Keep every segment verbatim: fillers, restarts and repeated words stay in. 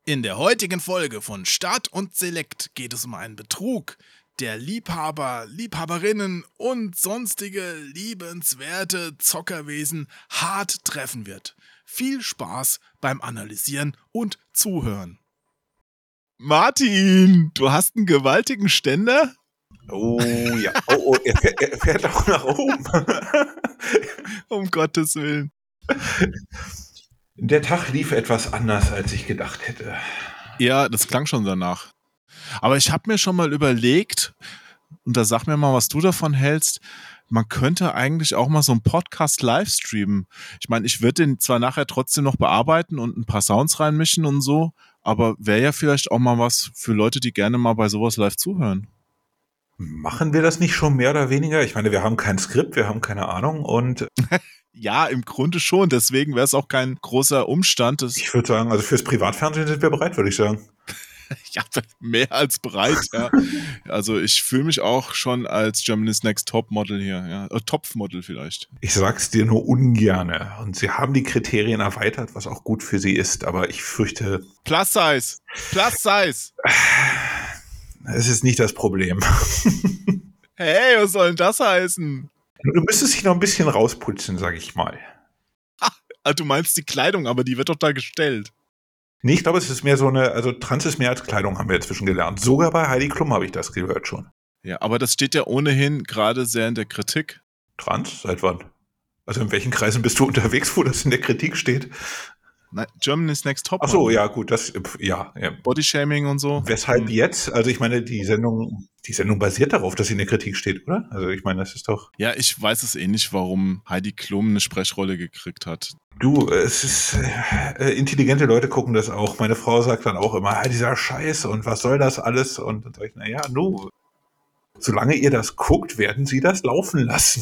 In der heutigen Folge von Start und Select geht es um einen Betrug, der Liebhaber, Liebhaberinnen und sonstige liebenswerte Zockerwesen hart treffen wird. Viel Spaß beim Analysieren und Zuhören. Martin, du hast einen gewaltigen Ständer? Oh ja, oh, oh er, fährt, er fährt auch nach oben. Um Gottes Willen. Der Tag lief etwas anders, als ich gedacht hätte. Ja, das klang schon danach. Aber ich habe mir schon mal überlegt, und da sag mir mal, was du davon hältst, man könnte eigentlich auch mal so einen Podcast live streamen. Ich meine, ich würde den zwar nachher trotzdem noch bearbeiten und ein paar Sounds reinmischen und so, aber wäre ja vielleicht auch mal was für Leute, die gerne mal bei sowas live zuhören. Machen wir das nicht schon mehr oder weniger? Ich meine, wir haben kein Skript, wir haben keine Ahnung und ja, im Grunde schon. Deswegen wäre es auch kein großer Umstand. Das ich würde sagen, also fürs Privatfernsehen sind wir bereit, würde ich sagen. ja, mehr als bereit. Ja. Also ich fühle mich auch schon als Germany's Next Topmodel hier. Ja. Äh, Topfmodel vielleicht. Ich sag's dir nur ungerne. Und sie haben die Kriterien erweitert, was auch gut für sie ist, aber ich fürchte... Plus Size! Plus Size! Es ist nicht das Problem. Hey, was soll denn das heißen? Du müsstest dich noch ein bisschen rausputzen, sag ich mal. Ah, du meinst die Kleidung, aber die wird doch da gestellt. Nee, ich glaube, es ist mehr so eine, also Trans ist mehr als Kleidung, haben wir inzwischen gelernt. Sogar bei Heidi Klum habe ich das gehört schon. Ja, aber das steht ja ohnehin gerade sehr in der Kritik. Trans? Seit wann? Also in welchen Kreisen bist du unterwegs, wo das in der Kritik steht? Nein, Germany's Next Top. Ach so, ja, gut, das, ja. ja. Bodyshaming und so. Weshalb hm. jetzt? Also ich meine, die Sendung, die Sendung basiert darauf, dass sie in der Kritik steht, oder? Also ich meine, das ist doch... Ja, ich weiß es eh nicht, warum Heidi Klum eine Sprechrolle gekriegt hat. Du, es ist, äh, intelligente Leute gucken das auch. Meine Frau sagt dann auch immer, ah, dieser Scheiß und was soll das alles? Und dann sage ich, naja, nu, solange ihr das guckt, werden sie das laufen lassen.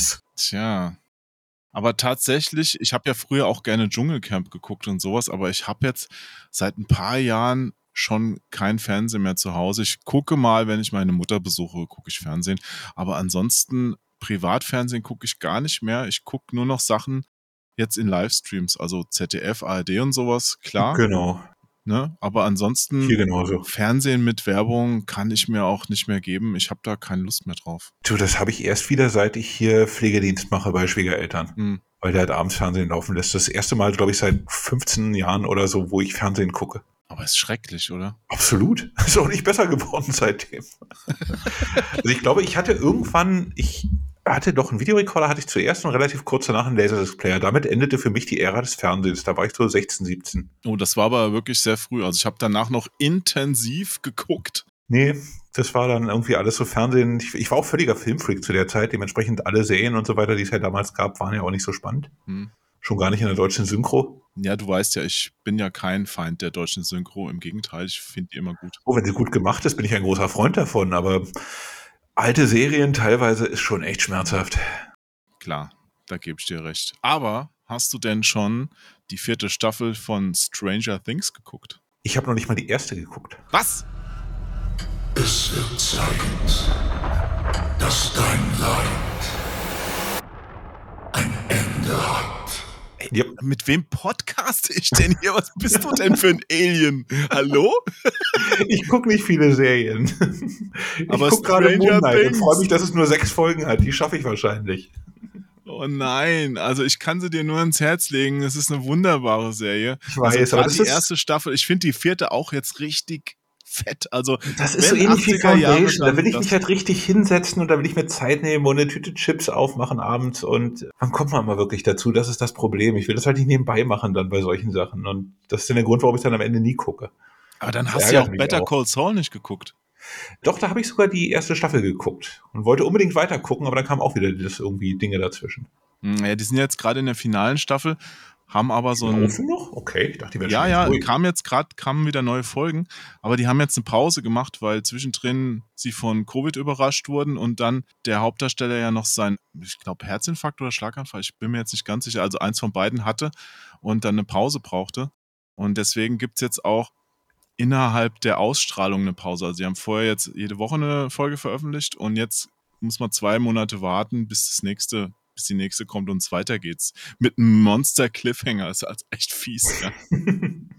Tja. Aber tatsächlich, ich habe ja früher auch gerne Dschungelcamp geguckt und sowas, aber ich habe jetzt seit ein paar Jahren schon kein Fernsehen mehr zu Hause. Ich gucke mal, wenn ich meine Mutter besuche, gucke ich Fernsehen. Aber ansonsten, Privatfernsehen gucke ich gar nicht mehr. Ich gucke nur noch Sachen jetzt in Livestreams, also Z D F, A R D und sowas, klar. Genau. Ne? Aber ansonsten, hier genauso. Fernsehen mit Werbung kann ich mir auch nicht mehr geben. Ich habe da keine Lust mehr drauf. Du, das habe ich erst wieder, seit ich hier Pflegedienst mache bei Schwiegereltern. Hm. Weil der halt abends Fernsehen laufen lässt. Das erste Mal, glaube ich, seit fünfzehn Jahren oder so, wo ich Fernsehen gucke. Aber ist schrecklich, oder? Absolut. Ist auch nicht besser geworden seitdem. Also ich glaube, ich hatte irgendwann, ich hatte doch einen Videorekorder, hatte ich zuerst und relativ kurz danach einen Laserdisc-Player. Damit endete für mich die Ära des Fernsehens. Da war ich so sechzehn, siebzehn. Oh, das war aber wirklich sehr früh. Also ich habe danach noch intensiv geguckt. Nee, das war dann irgendwie alles so Fernsehen. Ich, ich war auch völliger Filmfreak zu der Zeit. Dementsprechend alle Serien und so weiter, die es ja damals gab, waren ja auch nicht so spannend. Hm. Schon gar nicht in der deutschen Synchro. Ja, du weißt ja, ich bin ja kein Feind der deutschen Synchro. Im Gegenteil, ich finde die immer gut. Oh, wenn sie gut gemacht ist, bin ich ein großer Freund davon. Aber alte Serien teilweise ist schon echt schmerzhaft. Klar, da gebe ich dir recht. Aber hast du denn schon die vierte Staffel von Stranger Things geguckt? Ich habe noch nicht mal die erste geguckt. Was? Es wird Zeit, dass dein Leid ein Ende hat. Ja. Mit wem podcaste ich denn hier? Was bist du denn für ein Alien? Hallo? Ich gucke nicht viele Serien. Ich Aber gucke gerade Moon Knight und freue mich, dass es nur sechs Folgen hat. Die schaffe ich wahrscheinlich. Oh nein, also ich kann sie dir nur ans Herz legen. Es ist eine wunderbare Serie. Ich weiß, also aber das die ist erste Staffel, ich finde die vierte auch jetzt richtig fett. Also das ist so ähnlich wie Foundation. Da will ich mich halt richtig hinsetzen und da will ich mir Zeit nehmen und eine Tüte Chips aufmachen abends. Und wann kommt man mal wirklich dazu? Das ist das Problem. Ich will das halt nicht nebenbei machen dann bei solchen Sachen. Und das ist dann der Grund, warum ich dann am Ende nie gucke. Aber dann hast du ja auch Better Call Saul nicht geguckt. Doch, da habe ich sogar die erste Staffel geguckt und wollte unbedingt weiter gucken, aber dann kamen auch wieder das irgendwie Dinge dazwischen. Ja, die sind jetzt gerade in der finalen Staffel, haben aber so ein... Laufen noch? Okay, ich dachte, die wären Ja, schon ja, ruhig. kam jetzt gerade, kamen wieder neue Folgen, aber die haben jetzt eine Pause gemacht, weil zwischendrin sie von Covid überrascht wurden und dann der Hauptdarsteller ja noch sein, ich glaube, Herzinfarkt oder Schlaganfall, ich bin mir jetzt nicht ganz sicher, also eins von beiden hatte und dann eine Pause brauchte. Und deswegen gibt's jetzt auch innerhalb der Ausstrahlung eine Pause. Also sie haben vorher jetzt jede Woche eine Folge veröffentlicht und jetzt muss man zwei Monate warten, bis das nächste, bis die nächste kommt und es weitergeht. Mit einem Monster-Cliffhanger. Ist also echt fies, ja.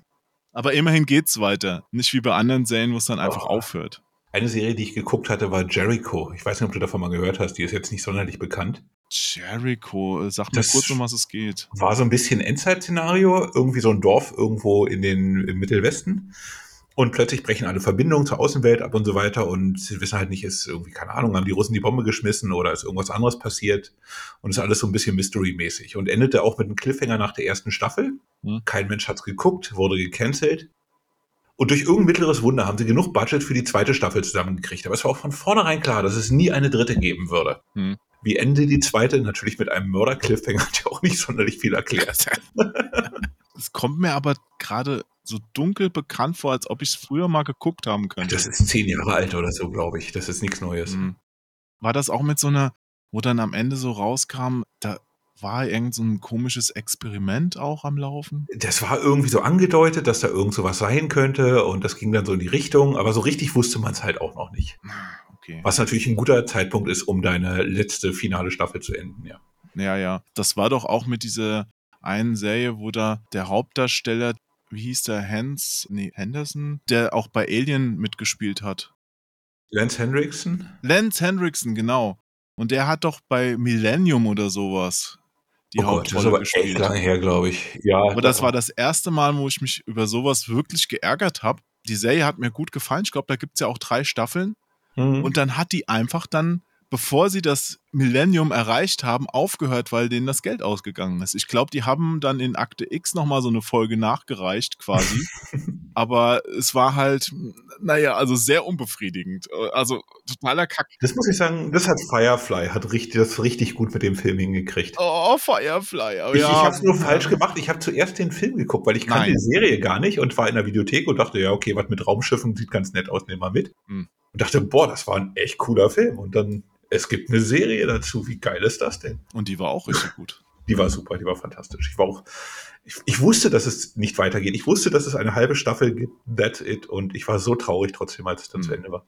Aber immerhin geht's weiter. Nicht wie bei anderen Serien, wo es dann einfach oh. aufhört. Eine Serie, die ich geguckt hatte, war Jericho. Ich weiß nicht, ob du davon mal gehört hast. Die ist jetzt nicht sonderlich bekannt. Jericho, sag mir Das kurz, um was es geht. War so ein bisschen Endzeit-Szenario. Irgendwie so ein Dorf irgendwo in den, im Mittelwesten. Und plötzlich brechen alle Verbindungen zur Außenwelt ab und so weiter. Und sie wissen halt nicht, ist irgendwie, keine Ahnung, haben die Russen die Bombe geschmissen oder ist irgendwas anderes passiert. Und ist alles so ein bisschen Mystery-mäßig. Und endete auch mit einem Cliffhanger nach der ersten Staffel. Hm. Kein Mensch hat's geguckt, wurde gecancelt. Und durch irgendein mittleres Wunder haben sie genug Budget für die zweite Staffel zusammengekriegt. Aber es war auch von vornherein klar, dass es nie eine dritte geben würde. Hm. Wie endet die zweite? Natürlich mit einem Mörder-Cliffhanger, der auch nicht sonderlich viel erklärt. Es kommt mir aber gerade so dunkel bekannt vor, als ob ich es früher mal geguckt haben könnte. Das ist zehn Jahre alt oder so, glaube ich. Das ist nichts Neues. Hm. War das auch mit so einer, wo dann am Ende so rauskam, da war irgend so ein komisches Experiment auch am Laufen? Das war irgendwie so angedeutet, dass da irgend so was sein könnte und das ging dann so in die Richtung, aber so richtig wusste man es halt auch noch nicht. Okay. Was natürlich ein guter Zeitpunkt ist, um deine letzte finale Staffel zu enden, ja. Ja, ja. Das war doch auch mit dieser einen Serie, wo da der Hauptdarsteller, wie hieß der, Hans, nee, Henderson, der auch bei Alien mitgespielt hat. Lance Henriksen? Lance Henriksen, genau. Und der hat doch bei Millennium oder sowas die oh Hauptrolle Gott, das ist aber gespielt. Echt lange her, glaube ich. Ja, aber das war das erste Mal, wo ich mich über sowas wirklich geärgert habe. Die Serie hat mir gut gefallen. Ich glaube, da gibt es ja auch drei Staffeln. Mhm. Und dann hat die einfach dann, bevor sie das Millennium erreicht haben, aufgehört, weil denen das Geld ausgegangen ist. Ich glaube, die haben dann in Akte X nochmal so eine Folge nachgereicht quasi. Aber es war halt, naja, also sehr unbefriedigend. Also totaler Kack. Das muss ich sagen, das hat Firefly, hat richtig, das richtig gut mit dem Film hingekriegt. Oh, Firefly. Oh, ich ja. ich habe es nur falsch gemacht. Ich habe zuerst den Film geguckt, weil ich kannte Nein. die Serie gar nicht und war in der Videothek und dachte, ja, okay, was mit Raumschiffen sieht ganz nett aus, nehmen wir mit. Hm. Und dachte, boah, das war ein echt cooler Film. Und dann, es gibt eine Serie dazu. Wie geil ist das denn? Und die war auch richtig gut. Die war super, die war fantastisch. Ich war auch, ich, ich wusste, dass es nicht weitergeht. Ich wusste, dass es eine halbe Staffel gibt, that's it. Und ich war so traurig trotzdem, als es dann hm. zu Ende war.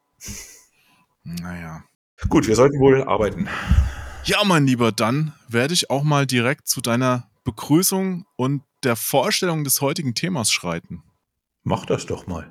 Naja. Gut, wir sollten wohl arbeiten. Ja, mein Lieber, dann werde ich auch mal direkt zu deiner Begrüßung und der Vorstellung des heutigen Themas schreiten. Mach das doch mal.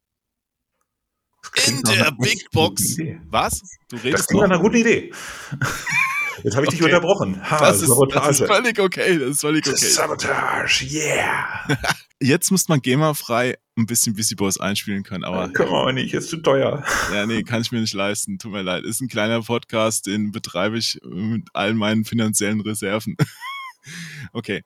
In der Big Box. Was? Du redest das klingt nach einer guten Idee. Jetzt habe ich okay. dich unterbrochen. Ha, das, ist, das ist völlig okay. Das ist völlig okay. Sabotage, yeah. Jetzt müsste man gamerfrei ein bisschen Busy Boys einspielen können, aber. Können wir aber nicht, ist zu teuer. Ja, nee, kann ich mir nicht leisten. Tut mir leid. Ist ein kleiner Podcast, den betreibe ich mit all meinen finanziellen Reserven. Okay.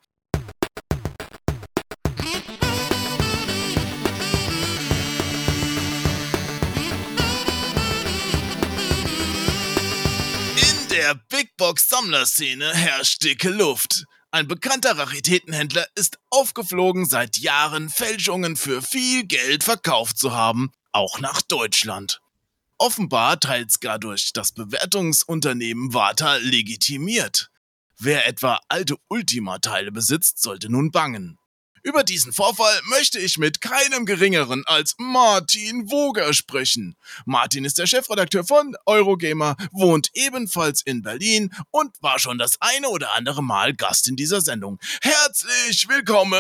In der Big Box Sammlerszene herrscht dicke Luft. Ein bekannter Raritätenhändler ist aufgeflogen, seit Jahren Fälschungen für viel Geld verkauft zu haben, auch nach Deutschland. Offenbar teils gar durch das Bewertungsunternehmen Warta legitimiert. Wer etwa alte Ultima-Teile besitzt, sollte nun bangen. Über diesen Vorfall möchte ich mit keinem Geringeren als Martin Woger sprechen. Martin ist der Chefredakteur von Eurogamer, wohnt ebenfalls in Berlin und war schon das eine oder andere Mal Gast in dieser Sendung. Herzlich willkommen,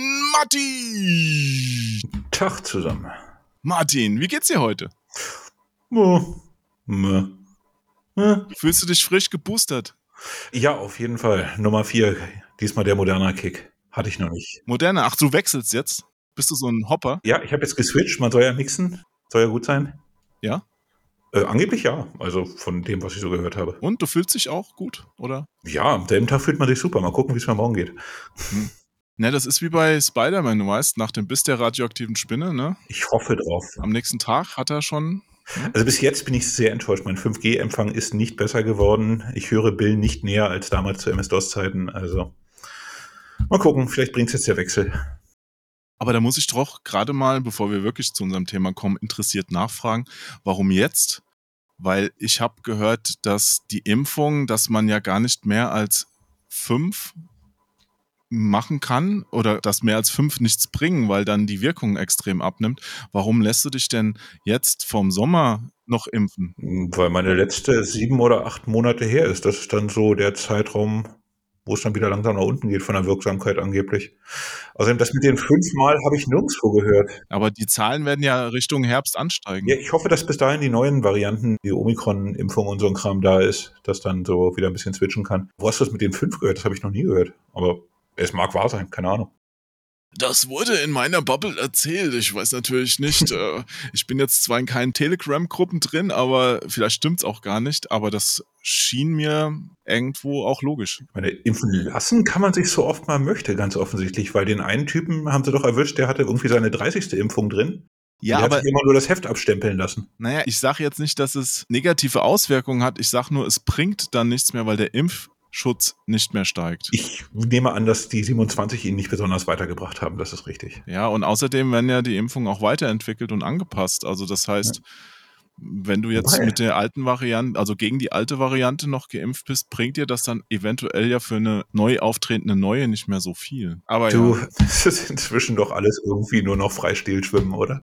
Martin! Tag zusammen. Martin, wie geht's dir heute? Oh. Mö. Mö. Fühlst du dich frisch geboostert? Ja, auf jeden Fall. Nummer vier, diesmal der Moderna-Kick. Hatte ich noch nicht. Moderna, ach, du wechselst jetzt? Bist du so ein Hopper? Ja, ich habe jetzt geswitcht, man soll ja mixen. Soll ja gut sein. Ja? Äh, angeblich ja, also von dem, was ich so gehört habe. Und, du fühlst dich auch gut, oder? Ja, am selben Tag fühlt man sich super. Mal gucken, wie es mir morgen geht. Hm. Ne, das ist wie bei Spider-Man, du weißt, nach dem Biss der radioaktiven Spinne, ne? Ich hoffe drauf. Am nächsten Tag hat er schon... Hm? Also bis jetzt bin ich sehr enttäuscht. Mein fünf G-Empfang ist nicht besser geworden. Ich höre Bill nicht näher als damals zu M S-DOS-Zeiten, also... Mal gucken, vielleicht bringt es jetzt der Wechsel. Aber da muss ich doch gerade mal, bevor wir wirklich zu unserem Thema kommen, interessiert nachfragen, warum jetzt? Weil ich habe gehört, dass die Impfung, dass man ja gar nicht mehr als fünf machen kann oder dass mehr als fünf nichts bringen, weil dann die Wirkung extrem abnimmt. Warum lässt du dich denn jetzt vom Sommer noch impfen? Weil meine letzte sieben oder acht Monate her ist. Das ist dann so der Zeitraum... wo es dann wieder langsam nach unten geht von der Wirksamkeit angeblich. Außerdem, das mit den fünfmal habe ich nirgendwo gehört. Aber die Zahlen werden ja Richtung Herbst ansteigen. Ja, ich hoffe, dass bis dahin die neuen Varianten, die Omikron-Impfung und so ein Kram da ist, dass dann so wieder ein bisschen switchen kann. Wo hast du das mit den fünf gehört? Das habe ich noch nie gehört. Aber es mag wahr sein, keine Ahnung. Das wurde in meiner Bubble erzählt. Ich weiß natürlich nicht. äh, ich bin jetzt zwar in keinen Telegram-Gruppen drin, aber vielleicht stimmt's auch gar nicht. Aber das schien mir irgendwo auch logisch. Ich meine, impfen lassen kann man sich so oft man möchte, ganz offensichtlich. Weil den einen Typen haben sie doch erwischt, der hatte irgendwie seine dreißigste Impfung drin. Ja, der aber hat sich immer nur das Heft abstempeln lassen. Naja, ich sage jetzt nicht, dass es negative Auswirkungen hat. Ich sage nur, es bringt dann nichts mehr, weil der Impfschutz nicht mehr steigt. Ich nehme an, dass die siebenundzwanzig ihn nicht besonders weitergebracht haben. Das ist richtig. Ja, und außerdem werden ja die Impfungen auch weiterentwickelt und angepasst. Also das heißt, ja. wenn du jetzt Wobei. mit der alten Variante, also gegen die alte Variante noch geimpft bist, bringt dir das dann eventuell ja für eine neu auftretende neue nicht mehr so viel. Aber du, ja. das ist inzwischen doch alles irgendwie nur noch Freistil schwimmen, oder?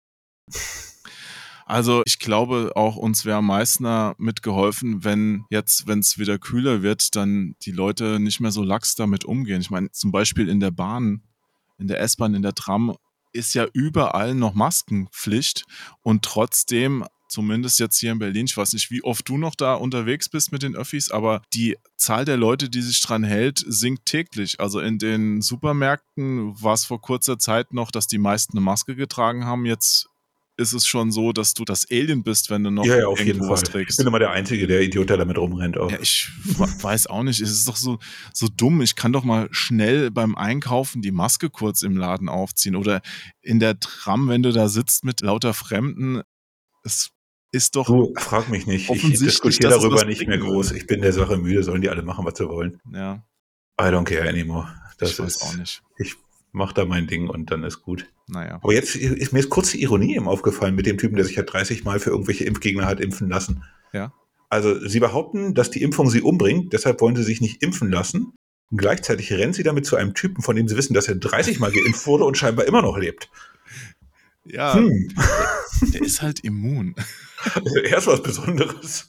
Also ich glaube auch, uns wäre am meisten mitgeholfen, wenn jetzt, wenn es wieder kühler wird, dann die Leute nicht mehr so lax damit umgehen. Ich meine, zum Beispiel in der Bahn, in der S-Bahn, in der Tram ist ja überall noch Maskenpflicht und trotzdem, zumindest jetzt hier in Berlin, ich weiß nicht, wie oft du noch da unterwegs bist mit den Öffis, aber die Zahl der Leute, die sich dran hält, sinkt täglich. Also in den Supermärkten war es vor kurzer Zeit noch, dass die meisten eine Maske getragen haben. Jetzt ist es schon so, dass du das Alien bist, wenn du noch ja, ja, auf irgendwo jeden was Fall. trägst. Ich bin immer der Einzige, der Idiot, der damit rumrennt. Auch. Ja, ich weiß auch nicht. Es ist doch so, so dumm. Ich kann doch mal schnell beim Einkaufen die Maske kurz im Laden aufziehen. Oder in der Tram, wenn du da sitzt mit lauter Fremden. Es ist doch Du, frag mich nicht. Ich diskutiere darüber nicht mehr groß. Ich bin der Sache müde. Sollen die alle machen, was sie wollen. Ja. I don't care anymore. Das ich weiß ist, auch nicht. Ich mach da mein Ding und dann ist gut. Naja. Aber jetzt ist mir jetzt kurz die Ironie eben aufgefallen mit dem Typen, der sich ja dreißig Mal für irgendwelche Impfgegner hat impfen lassen. Ja. Also sie behaupten, dass die Impfung sie umbringt, deshalb wollen sie sich nicht impfen lassen. Und gleichzeitig rennen sie damit zu einem Typen, von dem sie wissen, dass er dreißig Mal geimpft wurde und scheinbar immer noch lebt. Ja, hm. der, der ist halt immun. Also er ist was Besonderes.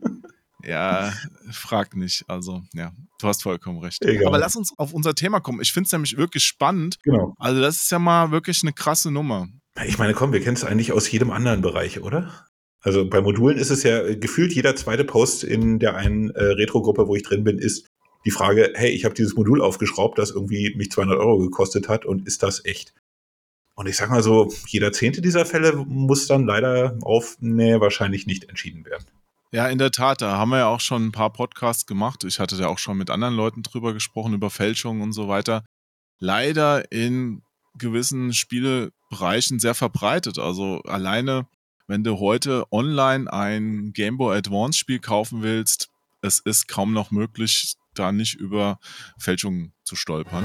Ja, frag nicht. Also, ja, du hast vollkommen recht. Egal. Aber lass uns auf unser Thema kommen. Ich finde es nämlich wirklich spannend. Genau. Also, das ist ja mal wirklich eine krasse Nummer. Ich meine, komm, wir kennen es eigentlich aus jedem anderen Bereich, oder? Also bei Modulen ist es ja gefühlt jeder zweite Post in der einen äh, Retro-Gruppe, wo ich drin bin, ist die Frage, hey, ich habe dieses Modul aufgeschraubt, das irgendwie mich zweihundert Euro gekostet hat und ist das echt? Und ich sag mal so, jeder zehnte dieser Fälle muss dann leider auf, nee, wahrscheinlich nicht entschieden werden. Ja, in der Tat, da haben wir ja auch schon ein paar Podcasts gemacht. Ich hatte da auch schon mit anderen Leuten drüber gesprochen, über Fälschungen und so weiter. Leider in gewissen Spielebereichen sehr verbreitet. Also alleine, wenn du heute online ein Game Boy Advance Spiel kaufen willst, es ist kaum noch möglich, da nicht über Fälschungen zu stolpern.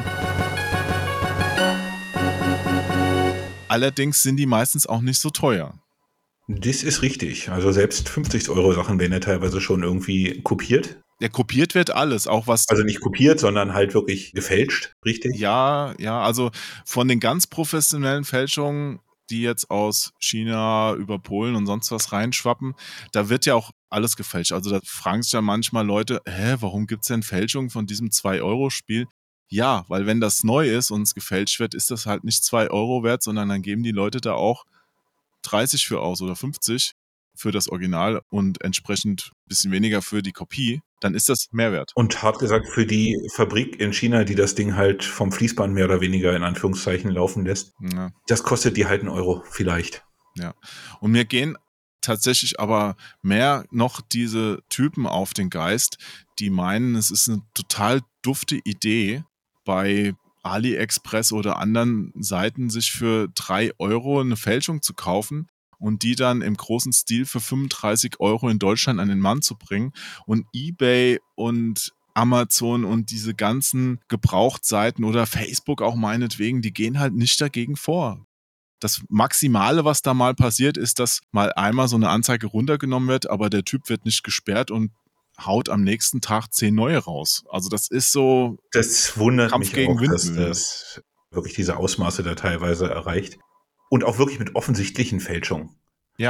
Allerdings sind die meistens auch nicht so teuer. Das ist richtig. Also selbst fünfzig Euro Sachen werden ja teilweise schon irgendwie kopiert. Ja, kopiert wird alles, auch was... Also nicht kopiert, sondern halt wirklich gefälscht, richtig? Ja, ja, also von den ganz professionellen Fälschungen, die jetzt aus China über Polen und sonst was reinschwappen, da wird ja auch alles gefälscht. Also da fragen sich ja manchmal Leute, hä, warum gibt's denn Fälschungen von diesem zwei Euro Spiel? Ja, weil wenn das neu ist und es gefälscht wird, ist das halt nicht zwei Euro wert, sondern dann geben die Leute da auch dreißig für aus oder fünfzig für das Original und entsprechend ein bisschen weniger für die Kopie, dann ist das Mehrwert. Und hart gesagt, für die Fabrik in China, die das Ding halt vom Fließband mehr oder weniger in Anführungszeichen laufen lässt, ja. Das kostet die halt einen Euro vielleicht. Ja, und mir gehen tatsächlich aber mehr noch diese Typen auf den Geist, die meinen, es ist eine total dufte Idee, bei AliExpress oder anderen Seiten sich für drei Euro eine Fälschung zu kaufen und die dann im großen Stil für fünfunddreißig Euro in Deutschland an den Mann zu bringen. Und eBay und Amazon und diese ganzen Gebrauchtseiten oder Facebook auch meinetwegen, die gehen halt nicht dagegen vor. Das Maximale, was da mal passiert, ist, dass mal einmal so eine Anzeige runtergenommen wird, aber der Typ wird nicht gesperrt und haut am nächsten Tag zehn neue raus. Also das ist so das wundert Kampf mich gegen auch, Windmühlen. dass das wirklich diese Ausmaße da teilweise erreicht. Und auch wirklich mit offensichtlichen Fälschungen. Ja.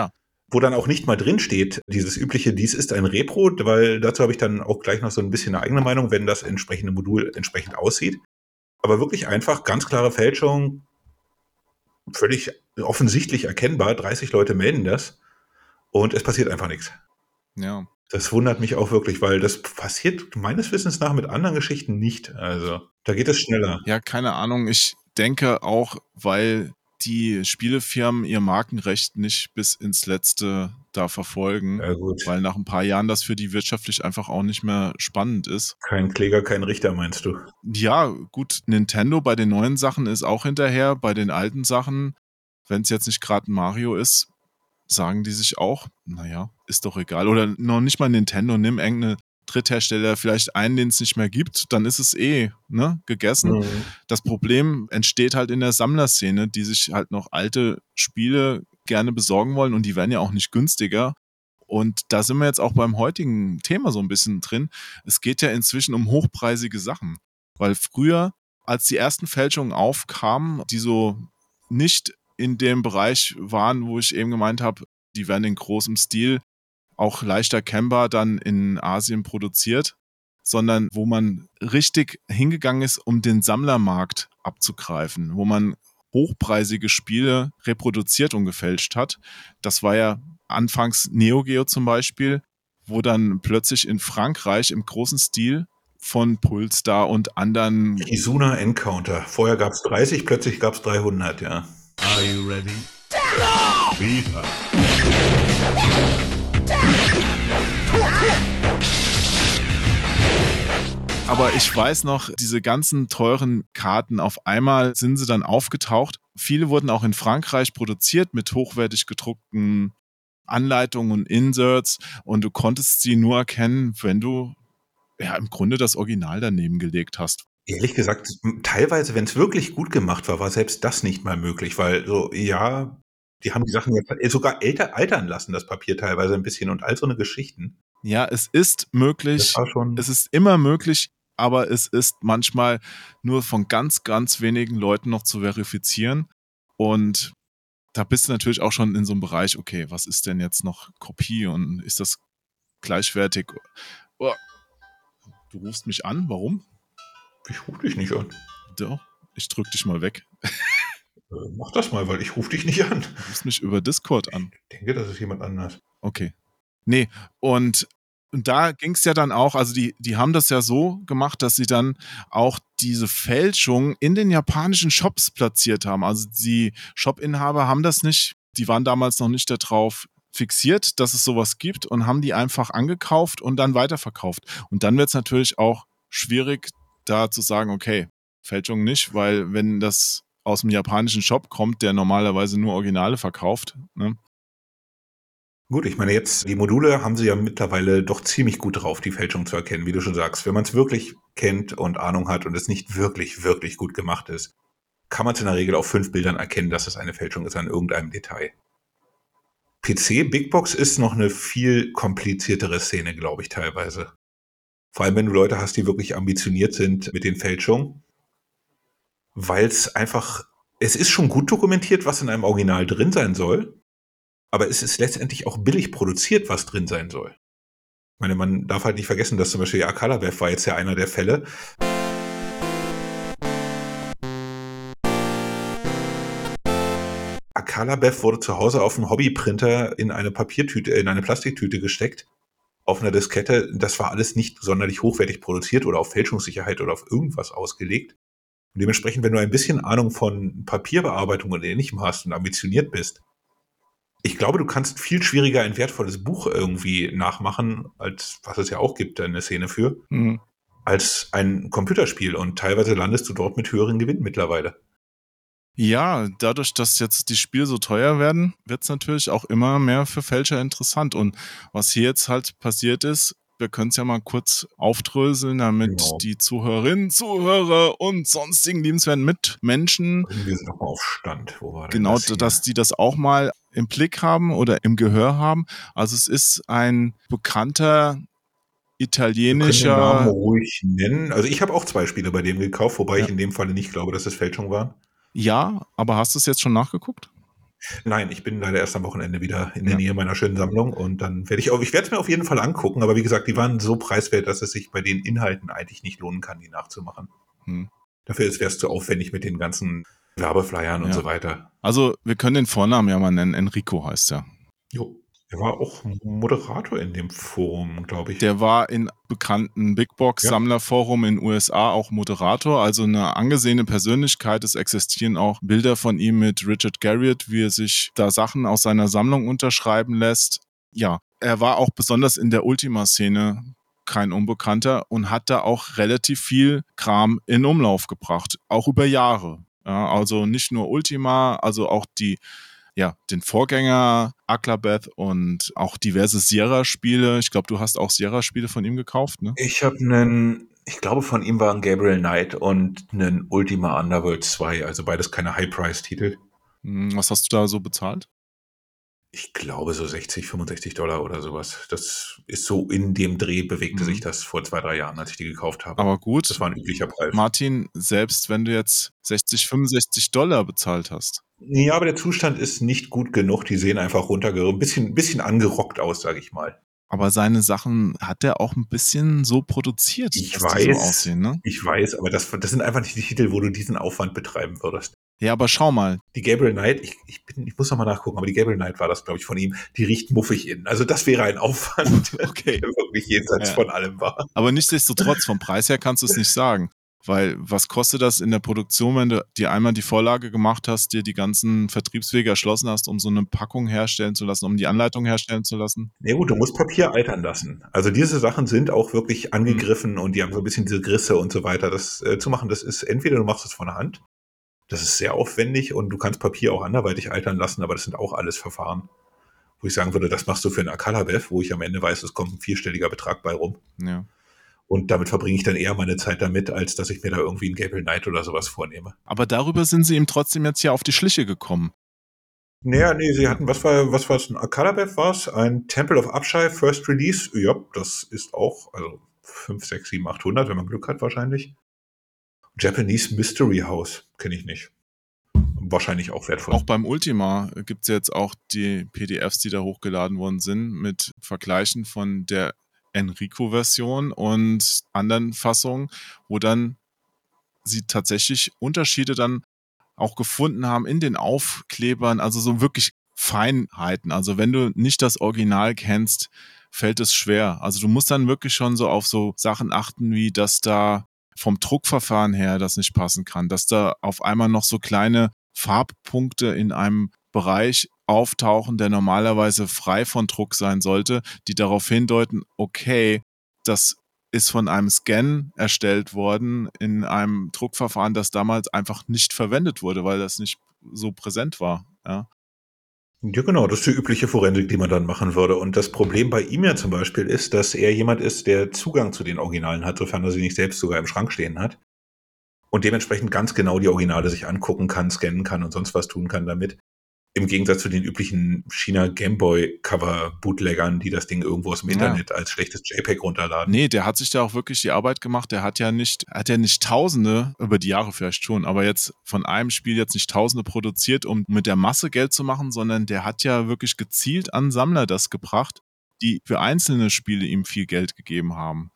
wo dann auch nicht mal drin steht, dieses übliche, dies ist ein Repro, weil dazu habe ich dann auch gleich noch so ein bisschen eine eigene Meinung, wenn das entsprechende Modul entsprechend aussieht. Aber wirklich einfach ganz klare Fälschung, völlig offensichtlich erkennbar, dreißig Leute melden das und es passiert einfach nichts. Ja. Das wundert mich auch wirklich, weil das passiert meines Wissens nach mit anderen Geschichten nicht. Also da geht es schneller. Ja, keine Ahnung. Ich denke auch, weil die Spielefirmen ihr Markenrecht nicht bis ins Letzte da verfolgen, ja, gut. Weil nach ein paar Jahren das für die wirtschaftlich einfach auch nicht mehr spannend ist. Kein Kläger, kein Richter, meinst du? Ja, gut, Nintendo bei den neuen Sachen ist auch hinterher, bei den alten Sachen, wenn es jetzt nicht gerade ein Mario ist, sagen die sich auch, naja, ist doch egal. Oder noch nicht mal Nintendo, nimm irgendeine Dritthersteller, vielleicht einen, den es nicht mehr gibt, dann ist es eh ne, gegessen. Mhm. Das Problem entsteht halt in der Sammlerszene, die sich halt noch alte Spiele gerne besorgen wollen und die werden ja auch nicht günstiger. Und da sind wir jetzt auch beim heutigen Thema so ein bisschen drin. Es geht ja inzwischen um hochpreisige Sachen. Weil früher, als die ersten Fälschungen aufkamen, die so nicht in dem Bereich waren, wo ich eben gemeint habe, die werden in großem Stil auch leicht erkennbar dann in Asien produziert, sondern wo man richtig hingegangen ist, um den Sammlermarkt abzugreifen, wo man hochpreisige Spiele reproduziert und gefälscht hat. Das war ja anfangs Neo Geo zum Beispiel, wo dann plötzlich in Frankreich im großen Stil von Pulsar und anderen... Kizuna Encounter. Vorher gab es dreißig, plötzlich gab es dreihundert, ja. Are you ready? Viva! Aber ich weiß noch, diese ganzen teuren Karten, auf einmal sind sie dann aufgetaucht. Viele wurden auch in Frankreich produziert mit hochwertig gedruckten Anleitungen und Inserts und du konntest sie nur erkennen, wenn du ja im Grunde das Original daneben gelegt hast. Ehrlich gesagt, teilweise, wenn es wirklich gut gemacht war, war selbst das nicht mal möglich, weil so, ja, die haben die Sachen ja sogar älter altern lassen, das Papier teilweise ein bisschen und all so eine Geschichten. Ja, es ist möglich, es ist immer möglich, aber es ist manchmal nur von ganz, ganz wenigen Leuten noch zu verifizieren und da bist du natürlich auch schon in so einem Bereich, okay, was ist denn jetzt noch Kopie und ist das gleichwertig? Oh, du rufst mich an, warum? Ich rufe dich nicht an. Doch, ich drück dich mal weg. Äh, mach das mal, weil ich rufe dich nicht an. Du rufst mich über Discord an. Ich denke, das ist jemand anders. Okay. Nee, und, und da ging es ja dann auch, also die, die haben das ja so gemacht, dass sie dann auch diese Fälschung in den japanischen Shops platziert haben. Also die Shop-Inhaber haben das nicht, die waren damals noch nicht darauf fixiert, dass es sowas gibt und haben die einfach angekauft und dann weiterverkauft. Und dann wird es natürlich auch schwierig, da zu sagen, okay, Fälschung nicht, weil wenn das aus dem japanischen Shop kommt, der normalerweise nur Originale verkauft. Ne? Gut, ich meine jetzt, die Module haben sie ja mittlerweile doch ziemlich gut drauf, die Fälschung zu erkennen, wie du schon sagst. Wenn man es wirklich kennt und Ahnung hat und es nicht wirklich, wirklich gut gemacht ist, kann man es in der Regel auf fünf Bildern erkennen, dass es eine Fälschung ist an irgendeinem Detail. P C, Big Box ist noch eine viel kompliziertere Szene, glaube ich, teilweise. Vor allem, wenn du Leute hast, die wirklich ambitioniert sind mit den Fälschungen, weil es einfach, es ist schon gut dokumentiert, was in einem Original drin sein soll, aber es ist letztendlich auch billig produziert, was drin sein soll. Ich meine, man darf halt nicht vergessen, dass zum Beispiel Akalabev war jetzt ja einer der Fälle. Akalabev wurde zu Hause auf dem Hobbyprinter in eine Papiertüte, in eine Plastiktüte gesteckt, auf einer Diskette. Das war alles nicht sonderlich hochwertig produziert oder auf Fälschungssicherheit oder auf irgendwas ausgelegt. Und dementsprechend, wenn du ein bisschen Ahnung von Papierbearbeitung und Ähnlichem hast und ambitioniert bist, ich glaube, du kannst viel schwieriger ein wertvolles Buch irgendwie nachmachen, als was es ja auch gibt, eine Szene für, mhm. als ein Computerspiel. Und teilweise landest du dort mit höheren Gewinnen mittlerweile. Ja, dadurch, dass jetzt die Spiele so teuer werden, wird es natürlich auch immer mehr für Fälscher interessant. Und was hier jetzt halt passiert ist, wir können es ja mal kurz aufdröseln, damit genau. die Zuhörerinnen, Zuhörer und sonstigen liebenswerten Mitmenschen wir sind noch mal auf Stand. Wo war denn genau, das dass die das auch mal im Blick haben oder im Gehör haben. Also es ist ein bekannter italienischer... Wir können den Namen ruhig nennen. Also ich habe auch zwei Spiele bei dem gekauft, wobei ja. ich in dem Falle nicht glaube, dass es Fälschung waren. Ja, aber hast du es jetzt schon nachgeguckt? Nein, ich bin leider erst am Wochenende wieder in der ja. Nähe meiner schönen Sammlung und dann werde ich auch, ich werde es mir auf jeden Fall angucken, aber wie gesagt, die waren so preiswert, dass es sich bei den Inhalten eigentlich nicht lohnen kann, die nachzumachen. Hm. Dafür wäre es zu aufwendig mit den ganzen Werbeflyern ja. und so weiter. Also, wir können den Vornamen ja mal nennen. Enrico heißt er. Jo. Er war auch Moderator in dem Forum, glaube ich. Der war in bekannten Big Box Sammlerforum in den U S A auch Moderator, also eine angesehene Persönlichkeit. Es existieren auch Bilder von ihm mit Richard Garriott, wie er sich da Sachen aus seiner Sammlung unterschreiben lässt. Ja, er war auch besonders in der Ultima-Szene kein Unbekannter und hat da auch relativ viel Kram in Umlauf gebracht, auch über Jahre. Ja, also nicht nur Ultima, also auch die Ja, den Vorgänger Aklabeth und auch diverse Sierra-Spiele. Ich glaube, du hast auch Sierra-Spiele von ihm gekauft, ne? Ich habe einen, ich glaube, von ihm waren Gabriel Knight und einen Ultima Underworld zwei, also beides keine High-Price-Titel. Was hast du da so bezahlt? Ich glaube so sechzig, fünfundsechzig Dollar oder sowas. Das ist so in dem Dreh, bewegte mhm. sich das vor zwei, drei Jahren, als ich die gekauft habe. Aber gut. Das war ein üblicher Preis. Martin, selbst wenn du jetzt sechzig, fünfundsechzig Dollar bezahlt hast. Ja, aber der Zustand ist nicht gut genug. Die sehen einfach runtergerückt, ein bisschen, bisschen angerockt aus, sage ich mal. Aber seine Sachen hat er auch ein bisschen so produziert, ich dass weiß, die so aussehen, ne? Ich weiß, aber das, das sind einfach nicht die Titel, wo du diesen Aufwand betreiben würdest. Ja, aber schau mal. Die Gabriel Knight, ich, ich, bin, ich muss noch mal nachgucken, aber die Gabriel Knight war das, glaube ich, von ihm. Die riecht muffig innen. Also das wäre ein Aufwand, okay. der wirklich jenseits ja. von allem war. Aber nichtsdestotrotz, vom Preis her kannst du es nicht sagen. Weil was kostet das in der Produktion, wenn du dir einmal die Vorlage gemacht hast, dir die ganzen Vertriebswege erschlossen hast, um so eine Packung herstellen zu lassen, um die Anleitung herstellen zu lassen? Na gut, du musst Papier altern lassen. Also diese Sachen sind auch wirklich angegriffen mhm. und die haben so ein bisschen diese Grisse und so weiter. Das äh, zu machen, das ist entweder du machst es von der Hand, das ist sehr aufwendig und du kannst Papier auch anderweitig altern lassen, aber das sind auch alles Verfahren, wo ich sagen würde, das machst du für einen Akalabeth, wo ich am Ende weiß, es kommt ein vierstelliger Betrag bei rum. Ja. Und damit verbringe ich dann eher meine Zeit damit, als dass ich mir da irgendwie einen Gabriel Knight oder sowas vornehme. Aber darüber sind sie ihm trotzdem jetzt ja auf die Schliche gekommen. Naja, nee, sie hatten, was war, was war es, ein Akalabeth war es? Ein Temple of Abshai First Release? Ja, das ist auch, also fünf, sechs, sieben, achthundert, wenn man Glück hat wahrscheinlich. Japanese Mystery House, kenne ich nicht. Wahrscheinlich auch wertvoll. Auch beim Ultima gibt es jetzt auch die P D Fs, die da hochgeladen worden sind, mit Vergleichen von der Enrico-Version und anderen Fassungen, wo dann sie tatsächlich Unterschiede dann auch gefunden haben in den Aufklebern, also so wirklich Feinheiten. Also wenn du nicht das Original kennst, fällt es schwer. Also du musst dann wirklich schon so auf so Sachen achten, wie dass da vom Druckverfahren her das nicht passen kann, dass da auf einmal noch so kleine Farbpunkte in einem Bereich auftauchen, der normalerweise frei von Druck sein sollte, die darauf hindeuten, okay, das ist von einem Scan erstellt worden in einem Druckverfahren, das damals einfach nicht verwendet wurde, weil das nicht so präsent war. Ja, ja genau, das ist die übliche Forensik, die man dann machen würde. Und das Problem bei ihm ja zum Beispiel ist, dass er jemand ist, der Zugang zu den Originalen hat, sofern er sie nicht selbst sogar im Schrank stehen hat. Und dementsprechend ganz genau die Originale sich angucken kann, scannen kann und sonst was tun kann damit. Im Gegensatz zu den üblichen China-Gameboy-Cover-Bootleggern, die das Ding irgendwo aus dem ja. Internet als schlechtes JPEG runterladen. Nee, der hat sich da auch wirklich die Arbeit gemacht. Der hat ja nicht, hat ja nicht Tausende, über die Jahre vielleicht schon, aber jetzt von einem Spiel jetzt nicht Tausende produziert, um mit der Masse Geld zu machen, sondern der hat ja wirklich gezielt an Sammler das gebracht, die für einzelne Spiele ihm viel Geld gegeben haben.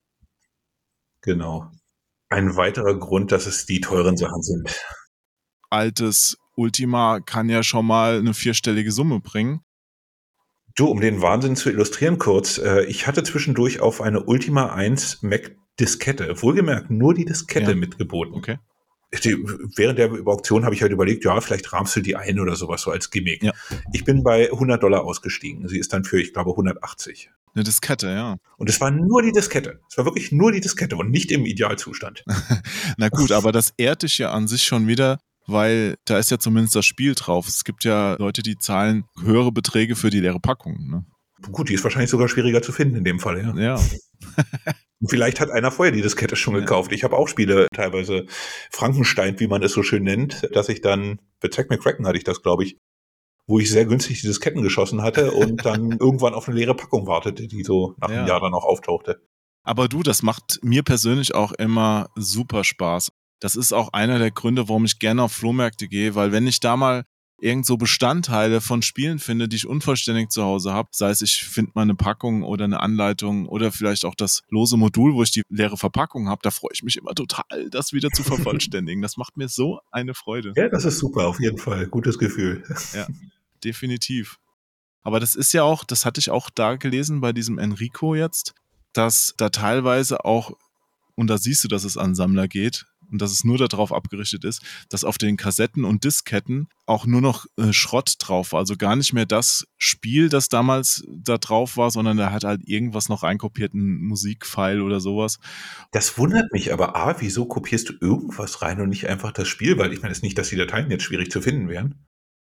Genau. Ein weiterer Grund, dass es die teuren Sachen sind. Altes Ultima kann ja schon mal eine vierstellige Summe bringen. Du, um den Wahnsinn zu illustrieren kurz, äh, ich hatte zwischendurch auf eine Ultima eins Mac Diskette, wohlgemerkt nur die Diskette ja. mitgeboten. Okay. Die, während der Auktion habe ich halt überlegt, ja, vielleicht rahmst du die ein oder sowas so als Gimmick. Ja. Ich bin bei hundert Dollar ausgestiegen. Sie ist dann für, ich glaube, hundertachtzig. Eine Diskette, ja. Und es war nur die Diskette. Es war wirklich nur die Diskette und nicht im Idealzustand. Na gut, aber das ehrt dich ja an sich schon wieder, weil da ist ja zumindest das Spiel drauf. Es gibt ja Leute, die zahlen höhere Beträge für die leere Packung. Ne? Gut, die ist wahrscheinlich sogar schwieriger zu finden in dem Fall, ja. Ja. Vielleicht hat einer vorher die Diskette schon ja. gekauft. Ich habe auch Spiele, teilweise Frankenstein, wie man es so schön nennt, dass ich dann, bei Zack McCracken hatte ich das, glaube ich, wo ich sehr günstig die Disketten geschossen hatte und dann irgendwann auf eine leere Packung wartete, die so nach ja. einem Jahr dann auch auftauchte. Aber du, das macht mir persönlich auch immer super Spaß. Das ist auch einer der Gründe, warum ich gerne auf Flohmärkte gehe, weil wenn ich da mal irgend so Bestandteile von Spielen finde, die ich unvollständig zu Hause habe, sei es ich finde mal eine Packung oder eine Anleitung oder vielleicht auch das lose Modul, wo ich die leere Verpackung habe, da freue ich mich immer total, das wieder zu vervollständigen. Das macht mir so eine Freude. Ja, das ist super, auf jeden Fall. Gutes Gefühl. Ja, definitiv. Aber das ist ja auch, das hatte ich auch da gelesen bei diesem Enrico jetzt, dass da teilweise auch, und da siehst du, dass es an Sammler geht und dass es nur darauf abgerichtet ist, dass auf den Kassetten und Disketten auch nur noch äh, Schrott drauf war. Also gar nicht mehr das Spiel, das damals da drauf war, sondern da hat halt irgendwas noch reinkopiert, ein Musikfile oder sowas. Das wundert mich aber, A, wieso kopierst du irgendwas rein und nicht einfach das Spiel? Weil ich meine, es ist nicht, dass die Dateien jetzt schwierig zu finden wären.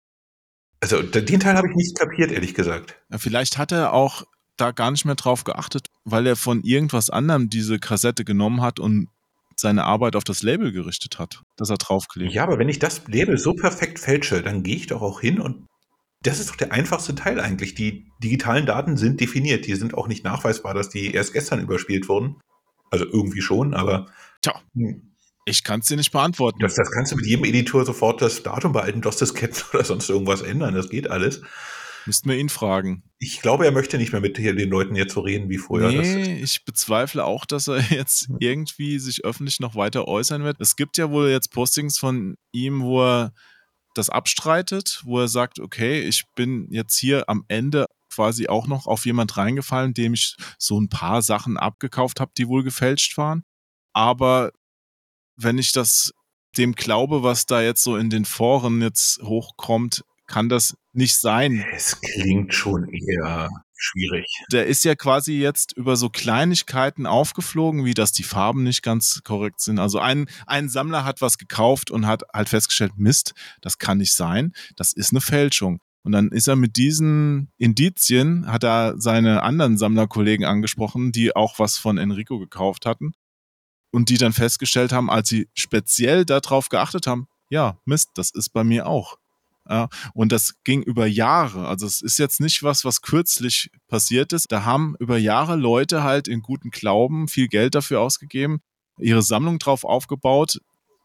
Also den Teil habe ich nicht kapiert, ehrlich gesagt. Ja, vielleicht hat er auch da gar nicht mehr drauf geachtet, weil er von irgendwas anderem diese Kassette genommen hat und seine Arbeit auf das Label gerichtet hat, das er draufklebt. Ja, aber wenn ich das Label so perfekt fälsche, dann gehe ich doch auch hin und das ist doch der einfachste Teil eigentlich. Die digitalen Daten sind definiert. Die sind auch nicht nachweisbar, dass die erst gestern überspielt wurden. Also irgendwie schon, aber... Tja. Hm. Ich kann es dir nicht beantworten. Das, das kannst du mit jedem Editor sofort das Datum bei alten DOS-Disketten oder sonst irgendwas ändern. Das geht alles. Müssten wir ihn fragen. Ich glaube, er möchte nicht mehr mit den Leuten jetzt so reden wie vorher. Nee, ich bezweifle auch, dass er jetzt irgendwie sich öffentlich noch weiter äußern wird. Es gibt ja wohl jetzt Postings von ihm, wo er das abstreitet, wo er sagt, okay, ich bin jetzt hier am Ende quasi auch noch auf jemand reingefallen, dem ich so ein paar Sachen abgekauft habe, die wohl gefälscht waren. Aber wenn ich das dem glaube, was da jetzt so in den Foren jetzt hochkommt, kann das nicht sein. Es klingt schon eher schwierig. Der ist ja quasi jetzt über so Kleinigkeiten aufgeflogen, wie dass die Farben nicht ganz korrekt sind. Also ein, ein Sammler hat was gekauft und hat halt festgestellt, Mist, das kann nicht sein, das ist eine Fälschung. Und dann ist er mit diesen Indizien, hat er seine anderen Sammlerkollegen angesprochen, die auch was von Enrico gekauft hatten. Und die dann festgestellt haben, als sie speziell darauf geachtet haben, ja, Mist, das ist bei mir auch. Ja, und das ging über Jahre. Also es ist jetzt nicht was, was kürzlich passiert ist. Da haben über Jahre Leute halt in gutem Glauben viel Geld dafür ausgegeben, ihre Sammlung drauf aufgebaut,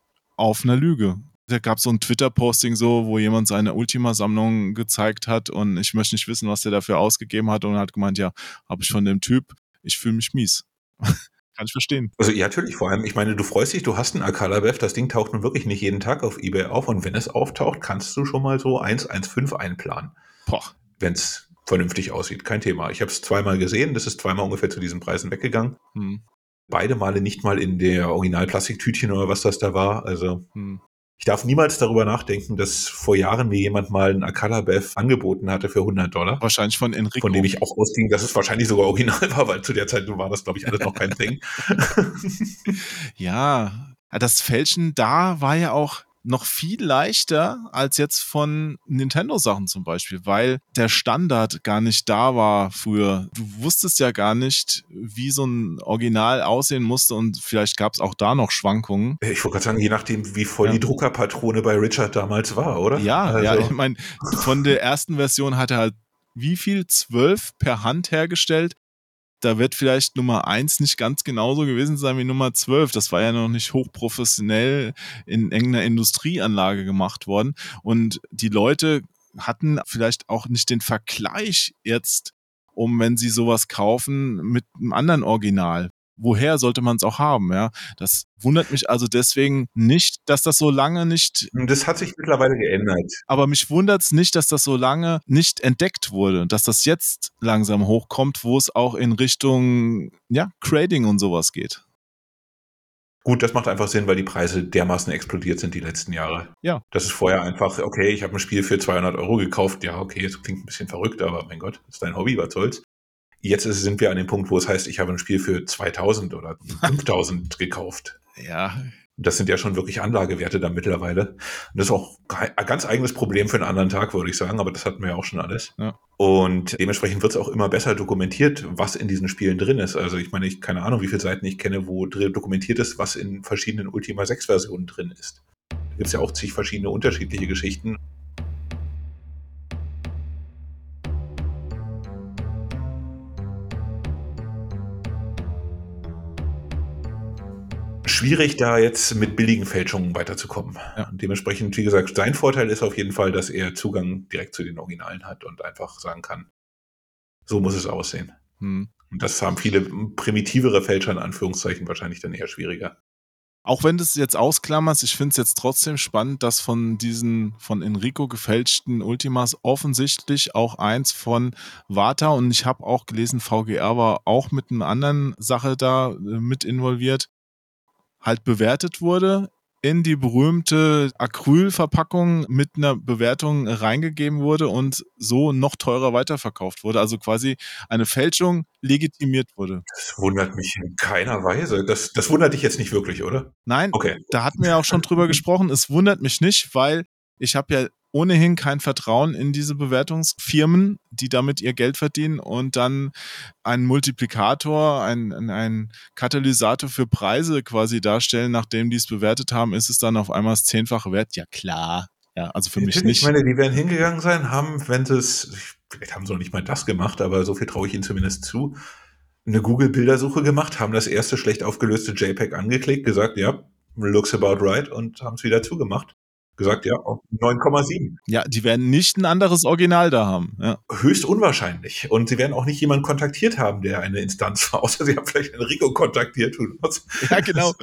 auf einer Lüge. Da gab es so ein Twitter-Posting so, wo jemand seine Ultima-Sammlung gezeigt hat und ich möchte nicht wissen, was der dafür ausgegeben hat und hat gemeint, ja, habe ich von dem Typ, ich fühle mich mies. Kann ich verstehen. Also ja, natürlich, vor allem, ich meine, du freust dich, du hast einen Akalabev, das Ding taucht nun wirklich nicht jeden Tag auf eBay auf und wenn es auftaucht, kannst du schon mal so eins Komma fünfzehn einplanen. Wenn es vernünftig aussieht, kein Thema. Ich habe es zweimal gesehen, das ist zweimal ungefähr zu diesen Preisen weggegangen. Hm. Beide Male nicht mal in der Original-Plastiktütchen oder was das da war, also... Hm. Ich darf niemals darüber nachdenken, dass vor Jahren mir jemand mal einen Akalabev angeboten hatte für hundert Dollar. Wahrscheinlich von Enrico. Von dem ich auch ausging, dass es wahrscheinlich sogar original war, weil zu der Zeit war das, glaube ich, alles noch kein Ding. Ja, das Fälschen da war ja auch noch viel leichter als jetzt von Nintendo-Sachen zum Beispiel, weil der Standard gar nicht da war früher. Du wusstest ja gar nicht, wie so ein Original aussehen musste und vielleicht gab es auch da noch Schwankungen. Ich wollte gerade sagen, je nachdem, wie voll ja. die Druckerpatrone bei Richard damals war, oder? Ja, also. ja, ich meine, von der ersten Version hat er halt wie viel? Zwölf per Hand hergestellt. Da wird vielleicht Nummer eins nicht ganz genauso gewesen sein wie Nummer zwölf. Das war ja noch nicht hochprofessionell in irgendeiner Industrieanlage gemacht worden. Und die Leute hatten vielleicht auch nicht den Vergleich jetzt, um wenn sie sowas kaufen, mit einem anderen Original. Woher sollte man es auch haben? Ja, das wundert mich also deswegen nicht, dass das so lange nicht... Das hat sich mittlerweile geändert. Aber mich wundert es nicht, dass das so lange nicht entdeckt wurde, dass das jetzt langsam hochkommt, wo es auch in Richtung ja, Grading und sowas geht. Gut, das macht einfach Sinn, weil die Preise dermaßen explodiert sind die letzten Jahre. Ja. Das ist vorher einfach, okay, ich habe ein Spiel für zweihundert Euro gekauft. Ja, okay, das klingt ein bisschen verrückt, aber mein Gott, das ist dein Hobby, was soll's. Jetzt sind wir an dem Punkt, wo es heißt, ich habe ein Spiel für zweitausend oder fünftausend gekauft. Ja. Das sind ja schon wirklich Anlagewerte da mittlerweile. Und das ist auch ein ganz eigenes Problem für einen anderen Tag, würde ich sagen, aber das hatten wir ja auch schon alles. Ja. Und dementsprechend wird es auch immer besser dokumentiert, was in diesen Spielen drin ist. Also ich meine, ich keine Ahnung, wie viele Seiten ich kenne, wo drin dokumentiert ist, was in verschiedenen Ultima sechs Versionen drin ist. Da gibt es ja auch zig verschiedene unterschiedliche Geschichten. schwierig, da jetzt mit billigen Fälschungen weiterzukommen. Ja. Und dementsprechend, wie gesagt, sein Vorteil ist auf jeden Fall, dass er Zugang direkt zu den Originalen hat und einfach sagen kann, so muss es aussehen. Hm. Und das haben viele primitivere Fälscher in Anführungszeichen wahrscheinlich dann eher schwieriger. Auch wenn du es jetzt ausklammerst, ich finde es jetzt trotzdem spannend, dass von diesen von Enrico gefälschten Ultimas offensichtlich auch eins von Vata, und ich habe auch gelesen, V G R war auch mit einer anderen Sache da äh, mit involviert, halt bewertet wurde, in die berühmte Acrylverpackung mit einer Bewertung reingegeben wurde und so noch teurer weiterverkauft wurde. Also quasi eine Fälschung legitimiert wurde. Das wundert mich in keiner Weise. Das, das wundert dich jetzt nicht wirklich, oder? Nein, okay. Da hatten wir ja auch schon drüber gesprochen. Es wundert mich nicht, weil ich habe ja ohnehin kein Vertrauen in diese Bewertungsfirmen, die damit ihr Geld verdienen und dann einen Multiplikator, einen, einen Katalysator für Preise quasi darstellen, nachdem die es bewertet haben, ist es dann auf einmal das zehnfache wert. Ja klar, ja, also für mich nicht. Ich meine, die werden hingegangen sein, haben, wenn sie es, vielleicht haben sie noch nicht mal das gemacht, aber so viel traue ich ihnen zumindest zu, eine Google-Bildersuche gemacht, haben das erste schlecht aufgelöste JPEG angeklickt, gesagt, ja, looks about right, und haben es wieder zugemacht. Gesagt, ja, neun Komma sieben. Ja, die werden nicht ein anderes Original da haben. Ja. Höchst unwahrscheinlich. Und sie werden auch nicht jemanden kontaktiert haben, der eine Instanz war, außer sie haben vielleicht Enrico kontaktiert. Ja, genau.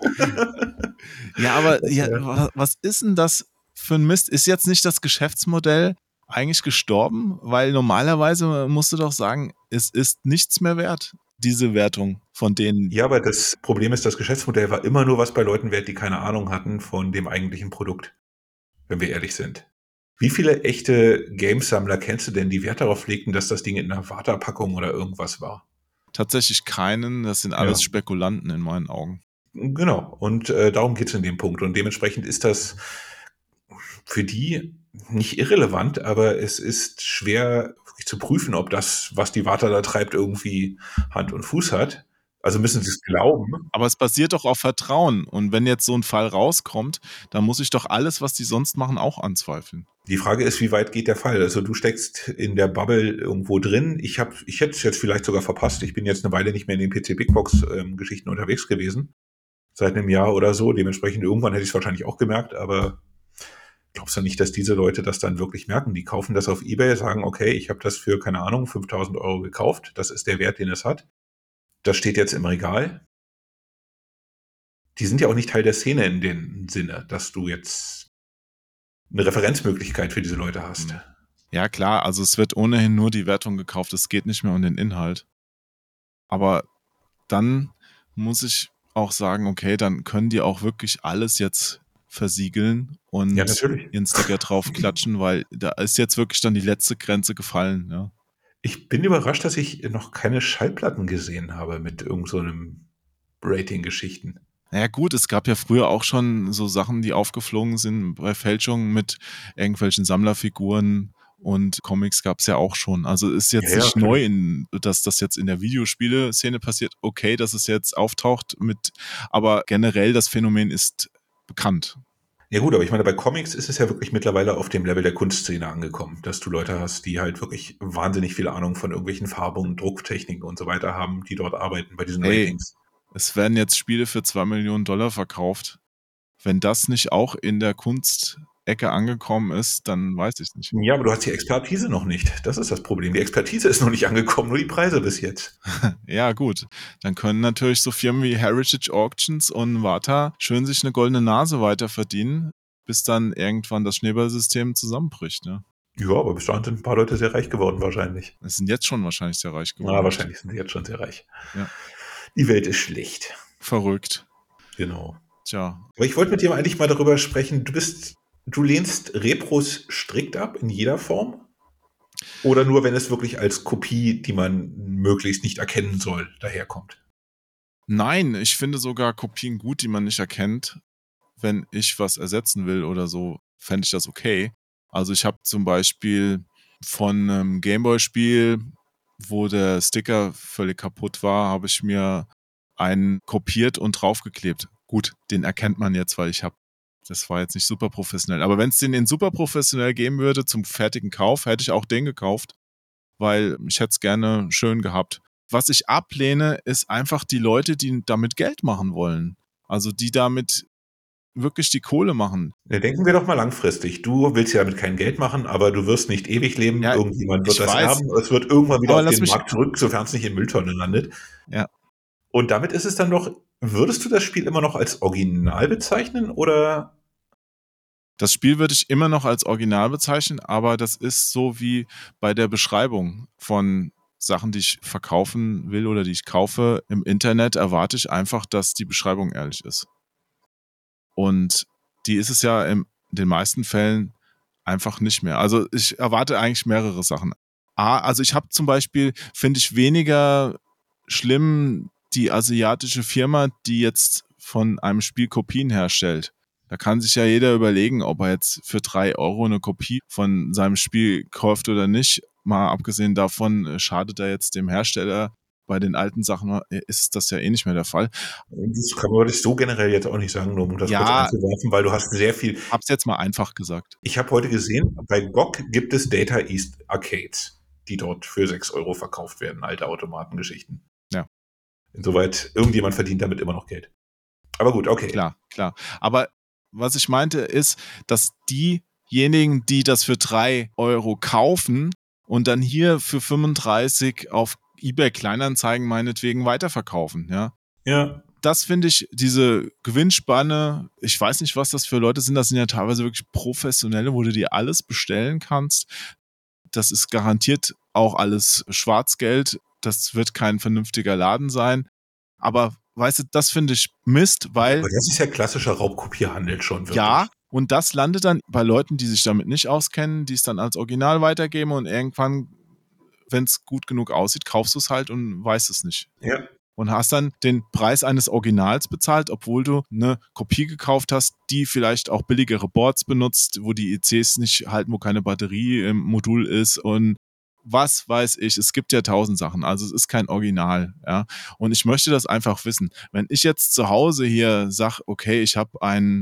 Ja, aber ja, was ist denn das für ein Mist? Ist jetzt nicht das Geschäftsmodell eigentlich gestorben? Weil normalerweise musst du doch sagen, es ist nichts mehr wert, diese Wertung von denen. Ja, aber das Problem ist, das Geschäftsmodell war immer nur was bei Leuten wert, die keine Ahnung hatten von dem eigentlichen Produkt. Wenn wir ehrlich sind. Wie viele echte Gamesammler kennst du denn, die Wert darauf legten, dass das Ding in einer Vata-Packung oder irgendwas war? Tatsächlich keinen, das sind alles ja. Spekulanten in meinen Augen. Genau, und äh, darum geht es in dem Punkt. Und dementsprechend ist das für die nicht irrelevant, aber es ist schwer wirklich zu prüfen, ob das, was die Vata da treibt, irgendwie Hand und Fuß hat. Also müssen sie es glauben. Aber es basiert doch auf Vertrauen. Und wenn jetzt so ein Fall rauskommt, dann muss ich doch alles, was die sonst machen, auch anzweifeln. Die Frage ist, wie weit geht der Fall? Also du steckst in der Bubble irgendwo drin. Ich hab, ich hätte es jetzt vielleicht sogar verpasst. Ich bin jetzt eine Weile nicht mehr in den P C Big Box ähm, Geschichten unterwegs gewesen. Seit einem Jahr oder so. Dementsprechend irgendwann hätte ich es wahrscheinlich auch gemerkt. Aber glaubst du nicht, dass diese Leute das dann wirklich merken? Die kaufen das auf eBay, sagen, okay, ich habe das für, keine Ahnung, fünftausend Euro gekauft. Das ist der Wert, den es hat. Das steht jetzt im Regal. Die sind ja auch nicht Teil der Szene in dem Sinne, dass du jetzt eine Referenzmöglichkeit für diese Leute hast. Ja, klar, also es wird ohnehin nur die Wertung gekauft, es geht nicht mehr um den Inhalt. Aber dann muss ich auch sagen, okay, dann können die auch wirklich alles jetzt versiegeln und ja, ihren Sticker drauf klatschen, weil da ist jetzt wirklich dann die letzte Grenze gefallen, ja. Ich bin überrascht, dass ich noch keine Schallplatten gesehen habe mit irgend so einem Rating-Geschichten. Naja gut, es gab ja früher auch schon so Sachen, die aufgeflogen sind bei Fälschungen mit irgendwelchen Sammlerfiguren und Comics gab es ja auch schon. Also ist jetzt ja, nicht ja, neu, in, dass das jetzt in der Videospiele-Szene passiert. Okay, dass es jetzt auftaucht mit, aber generell das Phänomen ist bekannt. Ja gut, aber ich meine, bei Comics ist es ja wirklich mittlerweile auf dem Level der Kunstszene angekommen, dass du Leute hast, die halt wirklich wahnsinnig viel Ahnung von irgendwelchen Farbungen, Drucktechniken und so weiter haben, die dort arbeiten bei diesen hey, Ratings. Es werden jetzt Spiele für zwei Millionen Dollar verkauft. Wenn das nicht auch in der Kunstecke angekommen ist, dann weiß ich es nicht. Ja, aber du hast die Expertise noch nicht. Das ist das Problem. Die Expertise ist noch nicht angekommen, nur die Preise bis jetzt. Ja, gut. Dann können natürlich so Firmen wie Heritage Auctions und Vata schön sich eine goldene Nase weiter verdienen, bis dann irgendwann das Schneeballsystem zusammenbricht, ne? Ja, aber bis dahin sind ein paar Leute sehr reich geworden wahrscheinlich. Es sind jetzt schon wahrscheinlich sehr reich geworden. Ja, wahrscheinlich sind sie jetzt schon sehr reich. Ja. Die Welt ist schlecht. Verrückt. Genau. Tja. Aber ich wollte mit dir eigentlich mal darüber sprechen, du bist, du lehnst Repros strikt ab in jeder Form? Oder nur, wenn es wirklich als Kopie, die man möglichst nicht erkennen soll, daherkommt? Nein, ich finde sogar Kopien gut, die man nicht erkennt. Wenn ich was ersetzen will oder so, fände ich das okay. Also ich habe zum Beispiel von einem Gameboy-Spiel, wo der Sticker völlig kaputt war, habe ich mir einen kopiert und draufgeklebt. Gut, den erkennt man jetzt, weil ich habe, das war jetzt nicht super professionell. Aber wenn es den in super professionell geben würde zum fertigen Kauf, hätte ich auch den gekauft, weil ich hätte es gerne schön gehabt. Was ich ablehne, ist einfach die Leute, die damit Geld machen wollen. Also die damit wirklich die Kohle machen. Ja, denken wir doch mal langfristig. Du willst ja damit kein Geld machen, aber du wirst nicht ewig leben. Ja, irgendjemand wird das weiß. erben. Es wird irgendwann wieder aber auf den Markt zurück, sofern es nicht in Mülltonnen landet. Ja. Und damit ist es dann doch, würdest du das Spiel immer noch als Original bezeichnen oder? Das Spiel würde ich immer noch als Original bezeichnen, aber das ist so wie bei der Beschreibung von Sachen, die ich verkaufen will oder die ich kaufe. Im Internet erwarte ich einfach, dass die Beschreibung ehrlich ist. Und die ist es ja in den meisten Fällen einfach nicht mehr. Also ich erwarte eigentlich mehrere Sachen. A, also ich habe zum Beispiel, finde ich weniger schlimm, die asiatische Firma, die jetzt von einem Spiel Kopien herstellt. Da kann sich ja jeder überlegen, ob er jetzt für drei Euro eine Kopie von seinem Spiel kauft oder nicht. Mal abgesehen davon, schadet er jetzt dem Hersteller. Bei den alten Sachen ist das ja eh nicht mehr der Fall. Das kann man so generell jetzt auch nicht sagen, nur um das ja, kurz einzuwerfen, weil du hast sehr viel... Ich hab's jetzt mal einfach gesagt. Ich habe heute gesehen, bei G O G gibt es Data East Arcades, die dort für sechs Euro verkauft werden, alte Automatengeschichten. Ja. Insoweit, irgendjemand verdient damit immer noch Geld. Aber gut, okay. Klar, klar. Aber was ich meinte ist, dass diejenigen, die das für drei Euro kaufen und dann hier für fünfunddreißig auf eBay Kleinanzeigen meinetwegen weiterverkaufen, ja. Ja. Das finde ich, diese Gewinnspanne, ich weiß nicht, was das für Leute sind, das sind ja teilweise wirklich Professionelle, wo du dir alles bestellen kannst. Das ist garantiert auch alles Schwarzgeld, das wird kein vernünftiger Laden sein, aber weißt du, das finde ich Mist, weil... Aber das ist ja klassischer Raubkopierhandel schon, wirklich. Ja, und das landet dann bei Leuten, die sich damit nicht auskennen, die es dann als Original weitergeben und irgendwann, wenn es gut genug aussieht, kaufst du es halt und weißt es nicht. Ja. Und hast dann den Preis eines Originals bezahlt, obwohl du eine Kopie gekauft hast, die vielleicht auch billigere Boards benutzt, wo die I Cs nicht halten, wo keine Batterie im Modul ist und was weiß ich. Es gibt ja tausend Sachen, also es ist kein Original. Ja. Und ich möchte das einfach wissen. Wenn ich jetzt zu Hause hier sage, okay, ich habe ein...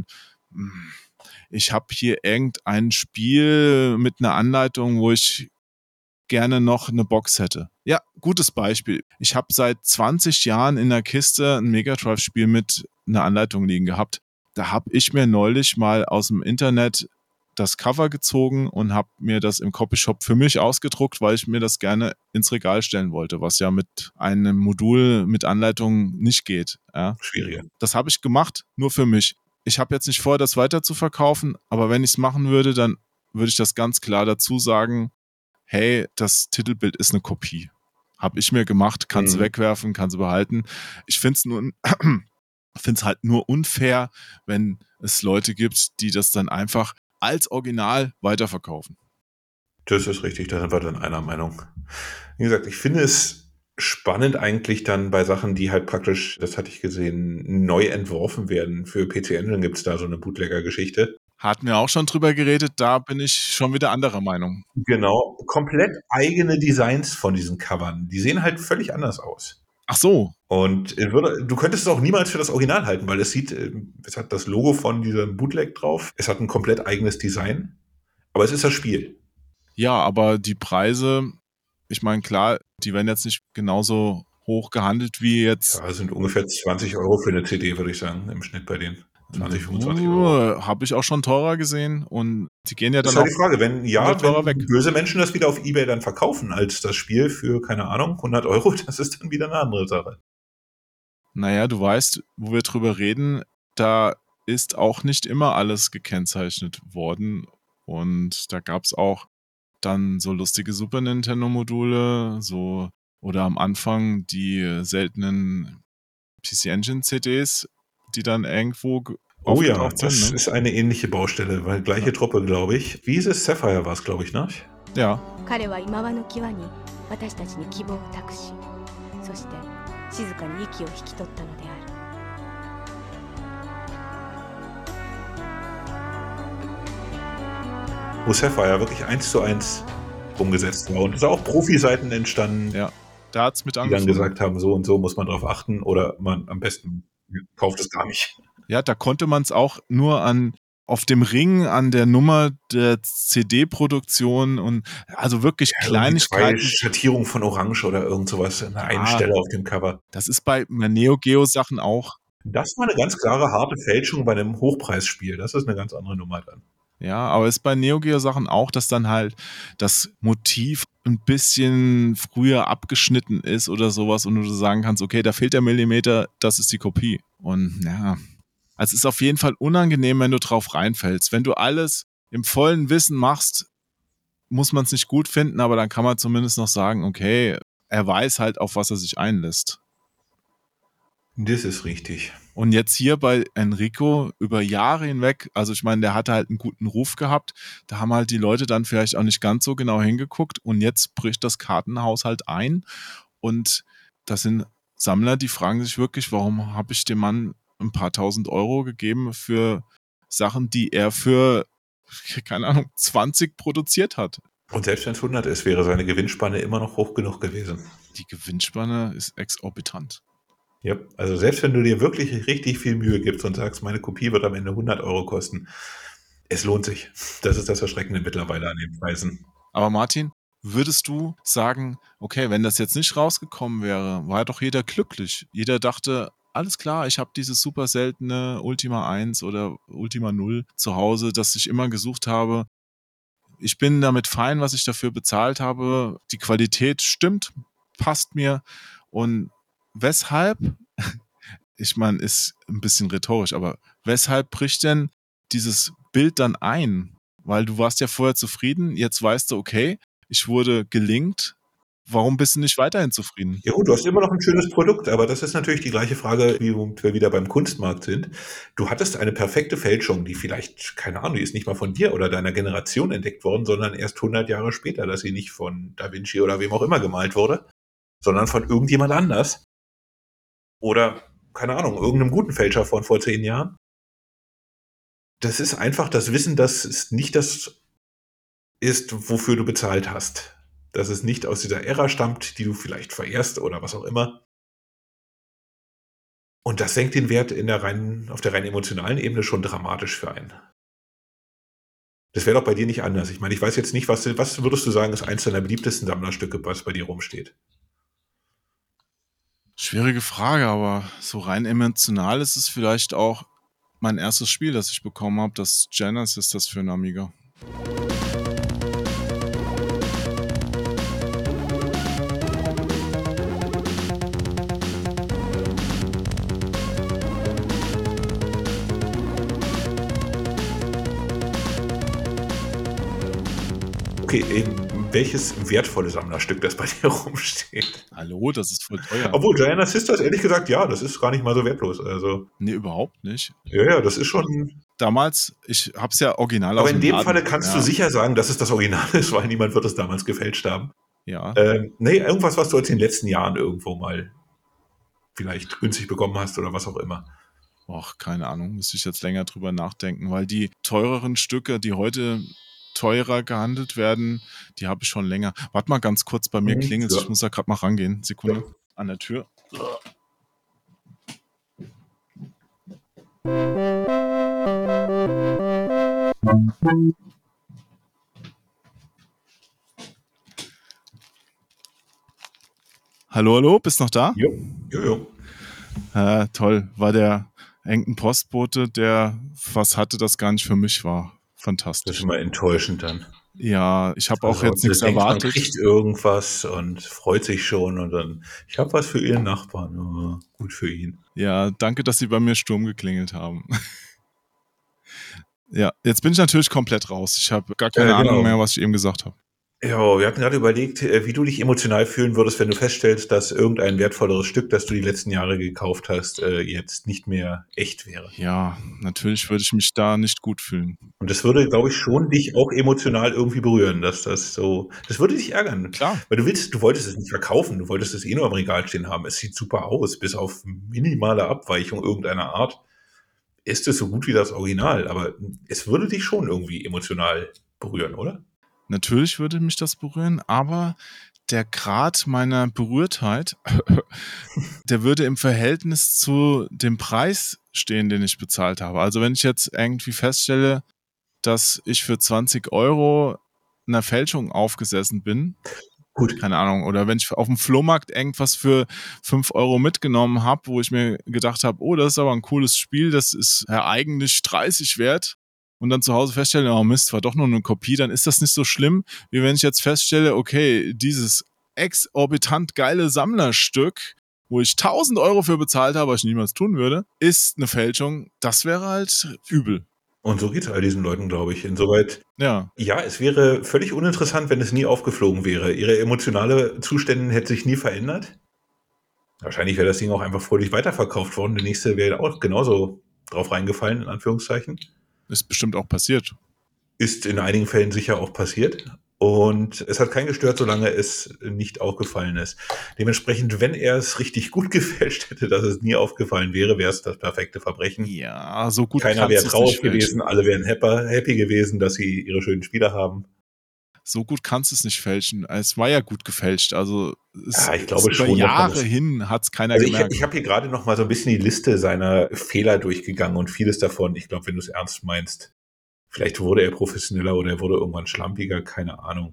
ich habe hier irgendein Spiel mit einer Anleitung, wo ich gerne noch eine Box hätte. Ja, gutes Beispiel. Ich habe seit zwanzig Jahren in der Kiste ein Mega Drive-Spiel mit einer Anleitung liegen gehabt. Da habe ich mir neulich mal aus dem Internet das Cover gezogen und habe mir das im Copyshop für mich ausgedruckt, weil ich mir das gerne ins Regal stellen wollte, was ja mit einem Modul mit Anleitung nicht geht. Ja. Schwieriger. Das habe ich gemacht, nur für mich. Ich habe jetzt nicht vor, das weiter zu verkaufen, aber wenn ich es machen würde, dann würde ich das ganz klar dazu sagen, hey, das Titelbild ist eine Kopie. Habe ich mir gemacht, kann es mhm. wegwerfen, kann es behalten. Ich finde es nur, finde es halt nur unfair, wenn es Leute gibt, die das dann einfach als Original weiterverkaufen. Das ist richtig, da sind wir dann einer Meinung. Wie gesagt, ich finde es spannend eigentlich dann bei Sachen, die halt praktisch, das hatte ich gesehen, neu entworfen werden. Für P C Engine gibt es da so eine Bootlegger-Geschichte. Hatten wir auch schon drüber geredet, da bin ich schon wieder anderer Meinung. Genau, komplett eigene Designs von diesen Covern. Die sehen halt völlig anders aus. Ach so. Und würde, du könntest es auch niemals für das Original halten, weil es sieht, es hat das Logo von diesem Bootleg drauf. Es hat ein komplett eigenes Design. Aber es ist das Spiel. Ja, aber die Preise, ich meine, klar, die werden jetzt nicht genauso hoch gehandelt wie jetzt. Ja, sind ungefähr zwanzig Euro für eine C D, würde ich sagen, im Schnitt bei denen. zwanzig, fünfundzwanzig Euro. Habe ich auch schon teurer gesehen und die gehen ja dann auch... Das ist halt die Frage, wenn ja, teurer wenn weg. böse Menschen das wieder auf eBay dann verkaufen als das Spiel für, keine Ahnung, hundert Euro, das ist dann wieder eine andere Sache. Naja, du weißt, wo wir drüber reden, da ist auch nicht immer alles gekennzeichnet worden und da gab es auch dann so lustige Super Nintendo-Module, so oder am Anfang die seltenen P C Engine C Ds, die dann irgendwo Oh ja, das sind, ne? ist eine ähnliche Baustelle, weil gleiche ja. Truppe, glaube ich. Wie ist es? Sapphire war es, glaube ich, ne? Ja. Wo Sapphire wirklich eins zu eins umgesetzt war. Und es sind auch Profi-Seiten entstanden, ja. Da hat's mit die dann gesagt haben, so und so muss man drauf achten oder man am besten kauft es gar nicht. Ja, da konnte man es auch nur an auf dem Ring, an der Nummer der C D-Produktion und also wirklich ja, Kleinigkeiten. Schattierung von Orange oder irgend sowas an der einen Stelle auf dem Cover. Das ist bei Neo Geo Sachen auch. Das war eine ganz klare, harte Fälschung bei einem Hochpreisspiel. Das ist eine ganz andere Nummer dann. Ja, aber ist bei Neo Geo Sachen auch, dass dann halt das Motiv ein bisschen früher abgeschnitten ist oder sowas und du sagen kannst, okay, da fehlt der Millimeter, das ist die Kopie. Und ja, also es ist auf jeden Fall unangenehm, wenn du drauf reinfällst. Wenn du alles im vollen Wissen machst, muss man es nicht gut finden, aber dann kann man zumindest noch sagen, okay, er weiß halt, auf was er sich einlässt. Das ist richtig. Und jetzt hier bei Enrico über Jahre hinweg, also ich meine, der hatte halt einen guten Ruf gehabt, da haben halt die Leute dann vielleicht auch nicht ganz so genau hingeguckt und jetzt bricht das Kartenhaus halt ein und das sind Sammler, die fragen sich wirklich, warum habe ich dem Mann ein paar tausend Euro gegeben für Sachen, die er für, keine Ahnung, zwanzig produziert hat. Und selbst wenn es hundert ist, wäre seine Gewinnspanne immer noch hoch genug gewesen. Die Gewinnspanne ist exorbitant. Ja, also selbst wenn du dir wirklich richtig viel Mühe gibst und sagst, meine Kopie wird am Ende hundert Euro kosten, es lohnt sich. Das ist das Erschreckende mittlerweile an den Preisen. Aber Martin, würdest du sagen, okay, wenn das jetzt nicht rausgekommen wäre, war doch jeder glücklich. Jeder dachte, alles klar, ich habe dieses super seltene Ultima eins oder Ultima null zu Hause, das ich immer gesucht habe. Ich bin damit fein, was ich dafür bezahlt habe. Die Qualität stimmt, passt mir. Und weshalb, ich meine, ist ein bisschen rhetorisch, aber weshalb bricht denn dieses Bild dann ein? Weil du warst ja vorher zufrieden, jetzt weißt du, okay, ich wurde gelingt. Warum bist du nicht weiterhin zufrieden? Ja gut, du hast immer noch ein schönes Produkt, aber das ist natürlich die gleiche Frage, wie wir wieder beim Kunstmarkt sind. Du hattest eine perfekte Fälschung, die vielleicht, keine Ahnung, die ist nicht mal von dir oder deiner Generation entdeckt worden, sondern erst hundert Jahre später, dass sie nicht von Da Vinci oder wem auch immer gemalt wurde, sondern von irgendjemand anders. Oder, keine Ahnung, irgendeinem guten Fälscher von vor zehn Jahren. Das ist einfach das Wissen, dass es nicht das ist, wofür du bezahlt hast. Dass es nicht aus dieser Ära stammt, die du vielleicht verehrst oder was auch immer. Und das senkt den Wert in der rein, auf der rein emotionalen Ebene schon dramatisch für einen. Das wäre doch bei dir nicht anders. Ich meine, ich weiß jetzt nicht, was, was würdest du sagen, ist eins deiner beliebtesten Sammlerstücke, was bei dir rumsteht? Schwierige Frage, aber so rein emotional ist es vielleicht auch mein erstes Spiel, das ich bekommen habe. Das Genesis, das für ein Amiga. Okay, welches wertvolle Sammlerstück, das bei dir rumsteht? Hallo, das ist voll teuer. Obwohl, Diana Sisters, ehrlich gesagt, ja, das ist gar nicht mal so wertlos. Also, nee, überhaupt nicht. Ja, ja, das ist schon... Damals, ich hab's ja original Aber aus dem in dem Laden. Falle kannst ja. du sicher sagen, dass es das Original ist, weil niemand wird es damals gefälscht haben. Ja. Ähm, nee, irgendwas, was du jetzt in den letzten Jahren irgendwo mal vielleicht günstig bekommen hast oder was auch immer. Och, keine Ahnung, müsste ich jetzt länger drüber nachdenken, weil die teureren Stücke, die heute teurer gehandelt werden, die habe ich schon länger. Warte mal ganz kurz, bei mir Mhm, klingelt ja. Ich muss da gerade mal rangehen. Sekunde. Ja. An der Tür. Hallo, hallo, bist noch da? Jo, jo, jo. Äh, toll, war der engen Postbote, der was hatte, das gar nicht für mich war. Fantastisch. Das ist immer enttäuschend dann. Ja, ich habe auch Also, jetzt nichts denkt, erwartet. Man kriegt irgendwas und freut sich schon und dann, ich habe was für Ihren Nachbarn. Oh, gut für ihn. Ja, danke, dass Sie bei mir Sturm geklingelt haben. Ja, jetzt bin ich natürlich komplett raus. Ich habe gar keine Äh, genau. Ahnung mehr, was ich eben gesagt habe. Ja, wir hatten gerade überlegt, wie du dich emotional fühlen würdest, wenn du feststellst, dass irgendein wertvolleres Stück, das du die letzten Jahre gekauft hast, jetzt nicht mehr echt wäre. Ja, natürlich würde ich mich da nicht gut fühlen. Und das würde, glaube ich, schon dich auch emotional irgendwie berühren, dass das so, das würde dich ärgern. Klar. Weil du willst, du wolltest es nicht verkaufen, du wolltest es eh nur am Regal stehen haben. Es sieht super aus, bis auf minimale Abweichung irgendeiner Art ist es so gut wie das Original, aber es würde dich schon irgendwie emotional berühren, oder? Natürlich würde mich das berühren, aber der Grad meiner Berührtheit, der würde im Verhältnis zu dem Preis stehen, den ich bezahlt habe. Also wenn ich jetzt irgendwie feststelle, dass ich für zwanzig Euro einer Fälschung aufgesessen bin. Gut. Keine Ahnung. Oder wenn ich auf dem Flohmarkt irgendwas für fünf Euro mitgenommen habe, wo ich mir gedacht habe, oh, das ist aber ein cooles Spiel, das ist ja eigentlich dreißig wert. Und dann zu Hause feststelle, oh Mist, war doch nur eine Kopie, dann ist das nicht so schlimm, wie wenn ich jetzt feststelle, okay, dieses exorbitant geile Sammlerstück, wo ich tausend Euro für bezahlt habe, was ich niemals tun würde, ist eine Fälschung. Das wäre halt übel. Und so geht es all diesen Leuten, glaube ich. Insoweit, ja. ja, es wäre völlig uninteressant, wenn es nie aufgeflogen wäre. Ihre emotionale Zustände hätte sich nie verändert. Wahrscheinlich wäre das Ding auch einfach fröhlich weiterverkauft worden. Der nächste wäre auch genauso drauf reingefallen, in Anführungszeichen. Ist bestimmt auch passiert. Ist in einigen Fällen sicher auch passiert. Und es hat keinen gestört, solange es nicht aufgefallen ist. Dementsprechend, wenn er es richtig gut gefälscht hätte, dass es nie aufgefallen wäre, wäre es das perfekte Verbrechen. Ja, so gut Keiner wäre traurig gewesen, alle wären happy gewesen, dass sie ihre schönen Spiele haben. So gut kannst du es nicht fälschen. Es war ja gut gefälscht. Also es, ja, ich glaube es schon, über Jahre hin hat es keiner also gemerkt. Ich, ich habe hier gerade noch mal so ein bisschen die Liste seiner Fehler durchgegangen und vieles davon, ich glaube, wenn du es ernst meinst, vielleicht wurde er professioneller oder er wurde irgendwann schlampiger, keine Ahnung.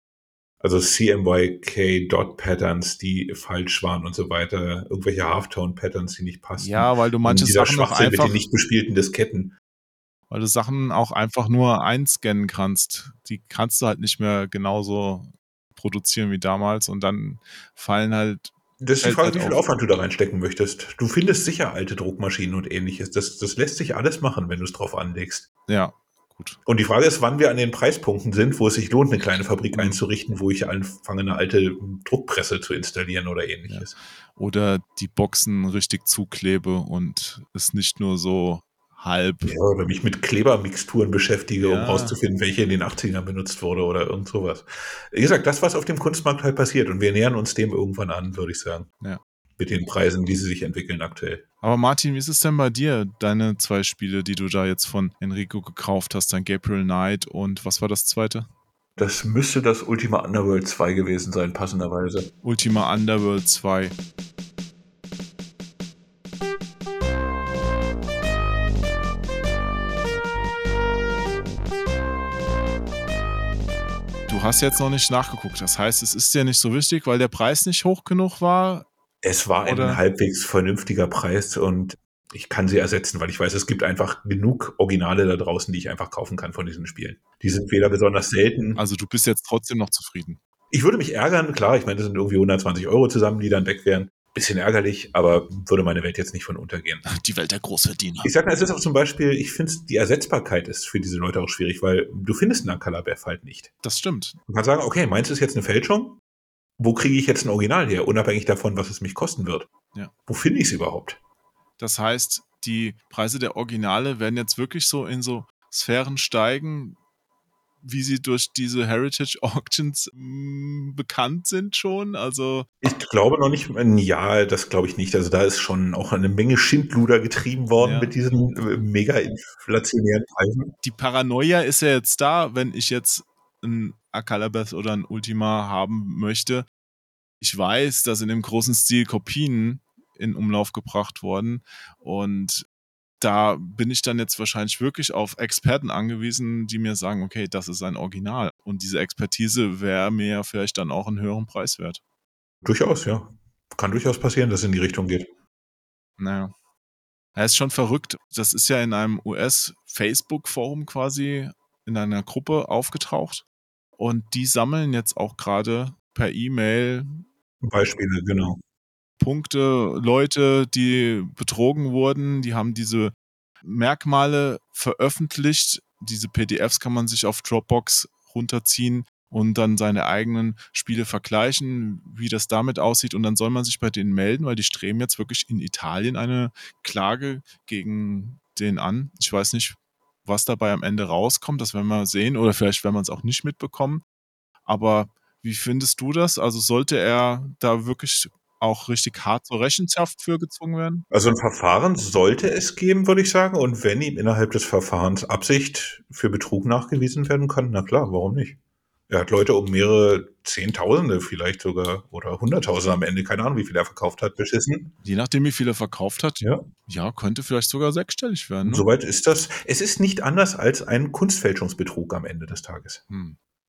Also C M Y K Dot Patterns, die falsch waren und so weiter, irgendwelche Halftone Patterns, die nicht passten. Ja, weil du manche Sachen noch einfach mit den nicht bespielten Disketten. Weil du Sachen auch einfach nur einscannen kannst. Die kannst du halt nicht mehr genauso produzieren wie damals und dann fallen halt. Das ist die Frage, halt wie viel Aufwand du da reinstecken möchtest. Du findest sicher alte Druckmaschinen und ähnliches. Das, das lässt sich alles machen, wenn du es drauf anlegst. Ja, gut. Und die Frage ist, wann wir an den Preispunkten sind, wo es sich lohnt, eine kleine Fabrik mhm. einzurichten, wo ich anfange, eine alte Druckpresse zu installieren oder ähnliches. Ja. Oder die Boxen richtig zuklebe und es nicht nur so halb. Ja, oder mich mit Klebermixturen beschäftige, ja. um rauszufinden, welche in den achtzigern benutzt wurde oder irgend sowas. Wie gesagt, das, was auf dem Kunstmarkt halt passiert. Und wir nähern uns dem irgendwann an, würde ich sagen. Ja. Mit den Preisen, wie sie sich entwickeln aktuell. Aber Martin, wie ist es denn bei dir, deine zwei Spiele, die du da jetzt von Enrico gekauft hast, dein Gabriel Knight und was war das zweite? Das müsste das Ultima Underworld zwei gewesen sein, passenderweise. Ultima Underworld zwei. Du hast jetzt noch nicht nachgeguckt. Das heißt, es ist dir nicht so wichtig, weil der Preis nicht hoch genug war? Es war Oder? ein halbwegs vernünftiger Preis und ich kann sie ersetzen, weil ich weiß, es gibt einfach genug Originale da draußen, die ich einfach kaufen kann von diesen Spielen. Die sind weder besonders selten. Also du bist jetzt trotzdem noch zufrieden? Ich würde mich ärgern, klar, ich meine, das sind irgendwie hundertzwanzig Euro zusammen, die dann weg wären. Bisschen ärgerlich, aber würde meine Welt jetzt nicht von untergehen. Die Welt der Großverdiener. Ich sag mal, es ist auch zum Beispiel, ich finde, die Ersetzbarkeit ist für diese Leute auch schwierig, weil du findest einen Calaberf halt nicht. Das stimmt. Man kann sagen, okay, meins ist jetzt eine Fälschung. Wo kriege ich jetzt ein Original her, unabhängig davon, was es mich kosten wird? Ja. Wo finde ich es überhaupt? Das heißt, die Preise der Originale werden jetzt wirklich so in so Sphären steigen, wie sie durch diese Heritage Auctions mh, bekannt sind schon? Also ich glaube noch nicht, ja, das glaube ich nicht. Also da ist schon auch eine Menge Schindluder getrieben worden ja. mit diesen äh, mega inflationären Preisen. Die Paranoia ist ja jetzt da, wenn ich jetzt ein Akalabeth oder ein Ultima haben möchte. Ich weiß, dass in dem großen Stil Kopien in Umlauf gebracht wurden und da bin ich dann jetzt wahrscheinlich wirklich auf Experten angewiesen, die mir sagen, okay, das ist ein Original. Und diese Expertise wäre mir ja vielleicht dann auch einen höheren Preis wert. Durchaus, ja. Kann durchaus passieren, dass es in die Richtung geht. Naja. Er ist schon verrückt. Das ist ja in einem U S-Facebook-Forum quasi in einer Gruppe aufgetaucht. Und die sammeln jetzt auch gerade per E-Mail Beispiele, genau. Punkte, Leute, die betrogen wurden, die haben diese Merkmale veröffentlicht. Diese P D Fs kann man sich auf Dropbox runterziehen und dann seine eigenen Spiele vergleichen, wie das damit aussieht. Und dann soll man sich bei denen melden, weil die streben jetzt wirklich in Italien eine Klage gegen den an. Ich weiß nicht, was dabei am Ende rauskommt. Das werden wir sehen oder vielleicht werden wir es auch nicht mitbekommen. Aber wie findest du das? Also sollte er da wirklich auch richtig hart zur Rechenschaft für gezwungen werden? Also ein Verfahren sollte es geben, würde ich sagen. Und wenn ihm innerhalb des Verfahrens Absicht für Betrug nachgewiesen werden kann, na klar, warum nicht? Er hat Leute um mehrere Zehntausende vielleicht sogar oder Hunderttausende am Ende, keine Ahnung, wie viel er verkauft hat, beschissen. Je nachdem, wie viel er verkauft hat, ja, ja könnte vielleicht sogar sechsstellig werden. Ne? Soweit ist das. Es ist nicht anders als ein Kunstfälschungsbetrug am Ende des Tages. Hm.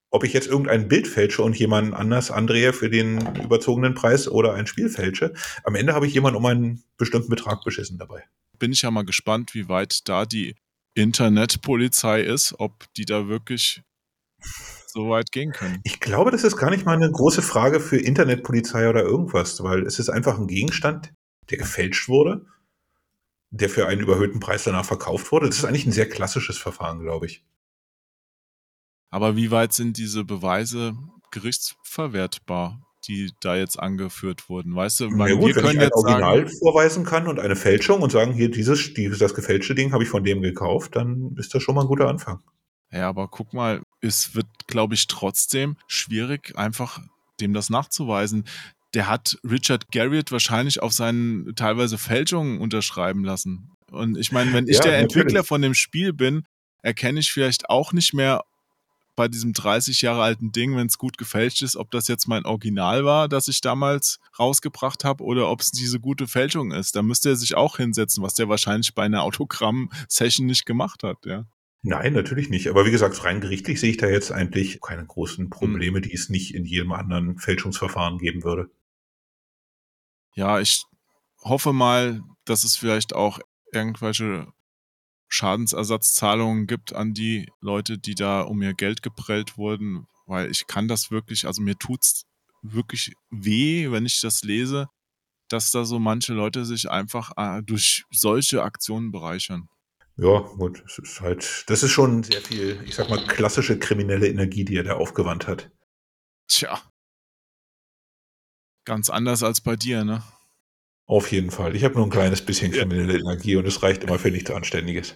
ob ich jetzt irgendein Bild fälsche und jemanden anders andrehe für den überzogenen Preis oder ein Spiel fälsche, am Ende habe ich jemanden um einen bestimmten Betrag beschissen dabei. Bin ich ja mal gespannt, wie weit da die Internetpolizei ist, ob die da wirklich so weit gehen können. Ich glaube, das ist gar nicht mal eine große Frage für Internetpolizei oder irgendwas, weil es ist einfach ein Gegenstand, der gefälscht wurde, der für einen überhöhten Preis danach verkauft wurde. Das ist eigentlich ein sehr klassisches Verfahren, glaube ich. Aber wie weit sind diese Beweise gerichtsverwertbar, die da jetzt angeführt wurden? Weißt du, Na gut, wir wenn können ich ein jetzt Original sagen, vorweisen kann und eine Fälschung und sagen, hier, dieses, dieses das gefälschte Ding habe ich von dem gekauft, dann ist das schon mal ein guter Anfang. ja, aber guck mal, es wird, glaube ich, trotzdem schwierig, einfach dem das nachzuweisen. Der hat Richard Garriott wahrscheinlich auf seinen teilweise Fälschungen unterschreiben lassen. Und ich meine, wenn ich Ja, der natürlich. Entwickler von dem Spiel bin, erkenne ich vielleicht auch nicht mehr bei diesem dreißig Jahre alten Ding, wenn es gut gefälscht ist, ob das jetzt mein Original war, das ich damals rausgebracht habe, oder ob es diese gute Fälschung ist. Da müsste er sich auch hinsetzen, was der wahrscheinlich bei einer Autogramm-Session nicht gemacht hat, ja. Nein, natürlich nicht. Aber wie gesagt, rein gerichtlich sehe ich da jetzt eigentlich keine großen Probleme, die es nicht in jedem anderen Fälschungsverfahren geben würde. Ja, ich hoffe mal, dass es vielleicht auch irgendwelche Schadensersatzzahlungen gibt an die Leute, die da um ihr Geld geprellt wurden, weil ich kann das wirklich, also mir tut's wirklich weh, wenn ich das lese, dass da so manche Leute sich einfach äh, durch solche Aktionen bereichern. Ja, gut, es ist halt, das ist schon sehr viel, ich sag mal, klassische kriminelle Energie, die er da aufgewandt hat. Tja. Ganz anders als bei dir, ne? Auf jeden Fall. Ich habe nur ein kleines bisschen kriminelle ja. Energie und es reicht immer für nichts Anständiges.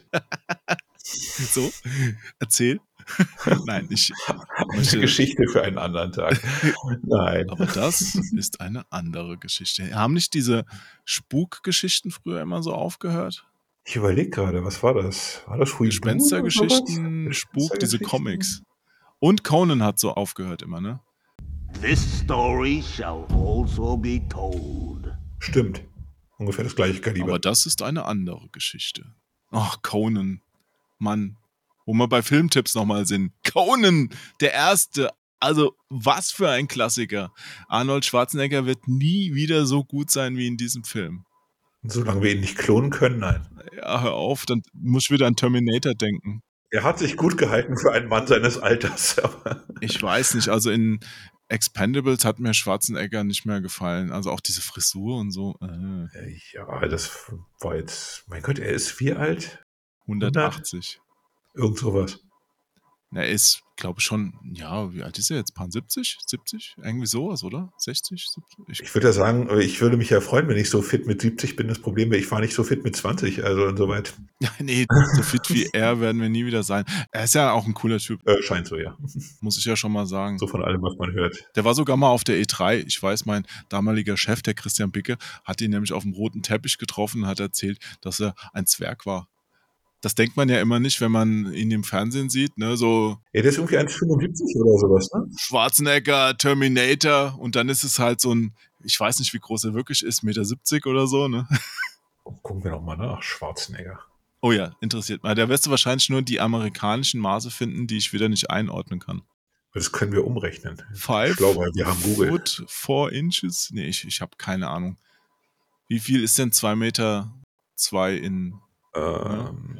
So, erzähl. Nein, ich möchte... Eine Geschichte für einen anderen Tag. Nein. Aber das ist eine andere Geschichte. Haben nicht diese Spukgeschichten früher immer so aufgehört? Ich überlege gerade, was war das? War das Huibu? Gespenstergeschichten, Spuk, diese Comics. Und Conan hat so aufgehört immer, ne? This story shall also be told. Stimmt. Ungefähr das gleiche Kaliber. Aber das ist eine andere Geschichte. Ach, Conan. Mann. Wo wir bei Filmtipps nochmal sind. Conan, der Erste. Also, was für ein Klassiker. Arnold Schwarzenegger wird nie wieder so gut sein wie in diesem Film. Solange wir ihn nicht klonen können, nein. Ja, hör auf, dann muss ich wieder an Terminator denken. Er hat sich gut gehalten für einen Mann seines Alters. Ich weiß nicht, also in Expendables hat mir Schwarzenegger nicht mehr gefallen. Also auch diese Frisur und so. Äh. Ja, das war jetzt, mein Gott, er ist wie alt? hundertachtzig. Irgend sowas. Er ist, glaube ich, schon, ja, wie alt ist er jetzt? Paar siebzig? siebzig? Irgendwie sowas, oder? sechzig? siebzig? Ich, ich würde ja sagen, ich würde mich ja freuen, wenn ich so fit mit siebzig bin. Das Problem wäre, ich war nicht so fit mit zwanzig, also insoweit. Ja, nee, so fit wie er werden wir nie wieder sein. Er ist ja auch ein cooler Typ. Äh, scheint so, ja. Muss ich ja schon mal sagen. So von allem, was man hört. Der war sogar mal auf der E drei. Ich weiß, mein damaliger Chef, der Christian Bicke, hat ihn nämlich auf dem roten Teppich getroffen und hat erzählt, dass er ein Zwerg war. Das denkt man ja immer nicht, wenn man ihn im Fernsehen sieht, ne, so. Ja, der ist irgendwie eins Komma fünfundsiebzig oder sowas, ne? Schwarzenegger, Terminator und dann ist es halt so ein, ich weiß nicht, wie groß er wirklich ist, eins Komma siebzig Meter oder so, ne? Oh, gucken wir doch mal nach, Schwarzenegger. Oh ja, interessiert mich. Da wirst du wahrscheinlich nur die amerikanischen Maße finden, die ich wieder nicht einordnen kann. Das können wir umrechnen. Five Schlau, weil wir haben Google. Foot, four inches? Nee, ich, ich habe keine Ahnung. Wie viel ist denn zwei Meter zwei in... Ähm,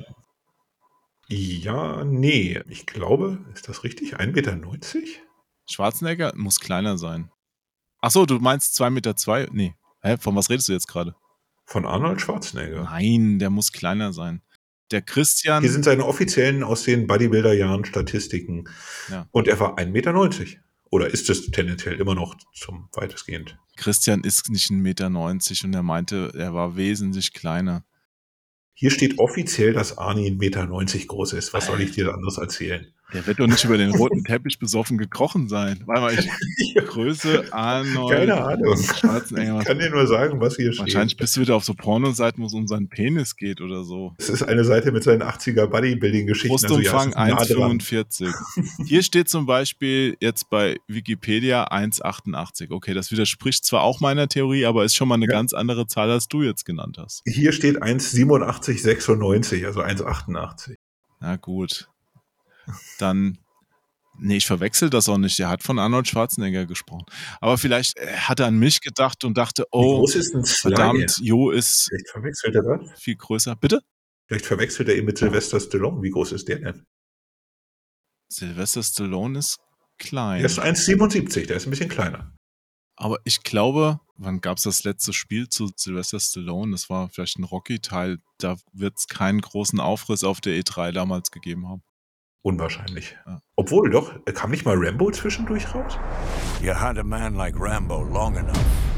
ja. ja, nee. Ich glaube, ist das richtig? ein Meter neunzig? Schwarzenegger muss kleiner sein. Achso, du meinst zwei Meter zwei? Nee. Hä, von was redest du jetzt gerade? Von Arnold Schwarzenegger. Nein, der muss kleiner sein. Der Christian... Hier sind seine offiziellen aus den Bodybuilder-Jahren Statistiken. Ja. Und er war ein Meter neunzig. Oder ist es tendenziell immer noch zum weitestgehend? Christian ist nicht ein Meter neunzig und er meinte, er war wesentlich kleiner. Hier steht offiziell, dass Arnie ein Meter neunzig groß ist. Was soll ich dir anderes erzählen? Der wird doch nicht über den roten Teppich besoffen gekrochen sein. Warte mal, ich Größe Arnold Keine Ahnung. Schwarzenegger. Ich kann dir nur sagen, was hier steht. Wahrscheinlich bist du wieder auf so Pornoseiten, wo es um seinen Penis geht oder so. Es ist eine Seite mit seinen achtziger Bodybuilding-Geschichten. Brustumfang also, ja, eins Komma fünfundvierzig. Hier steht zum Beispiel jetzt bei Wikipedia eins Komma achtundachtzig. Okay, das widerspricht zwar auch meiner Theorie, aber ist schon mal eine ja. ganz andere Zahl, als du jetzt genannt hast. Hier steht eins Komma siebenundachtzig sechsundneunzig, also eins Komma achtundachtzig. Na gut. Dann, Nee, ich verwechsel das auch nicht. Der hat von Arnold Schwarzenegger gesprochen. Aber vielleicht äh, hat er an mich gedacht und dachte, Wie oh, groß ist ein Sly? verdammt, Jo ist Vielleicht verwechselt er das. viel größer. Bitte? Vielleicht verwechselt er ihn mit Sylvester Stallone. Wie groß ist der denn? Sylvester Stallone ist klein. Der ist eins Komma siebenundsiebzig, der ist ein bisschen kleiner. Aber ich glaube, wann gab es das letzte Spiel zu Sylvester Stallone? Das war vielleicht ein Rocky-Teil. Da wird es keinen großen Aufriss auf der E drei damals gegeben haben. Unwahrscheinlich. Ja. Obwohl, doch, kam nicht mal Rambo zwischendurch raus? You hunt a man like Rambo long enough.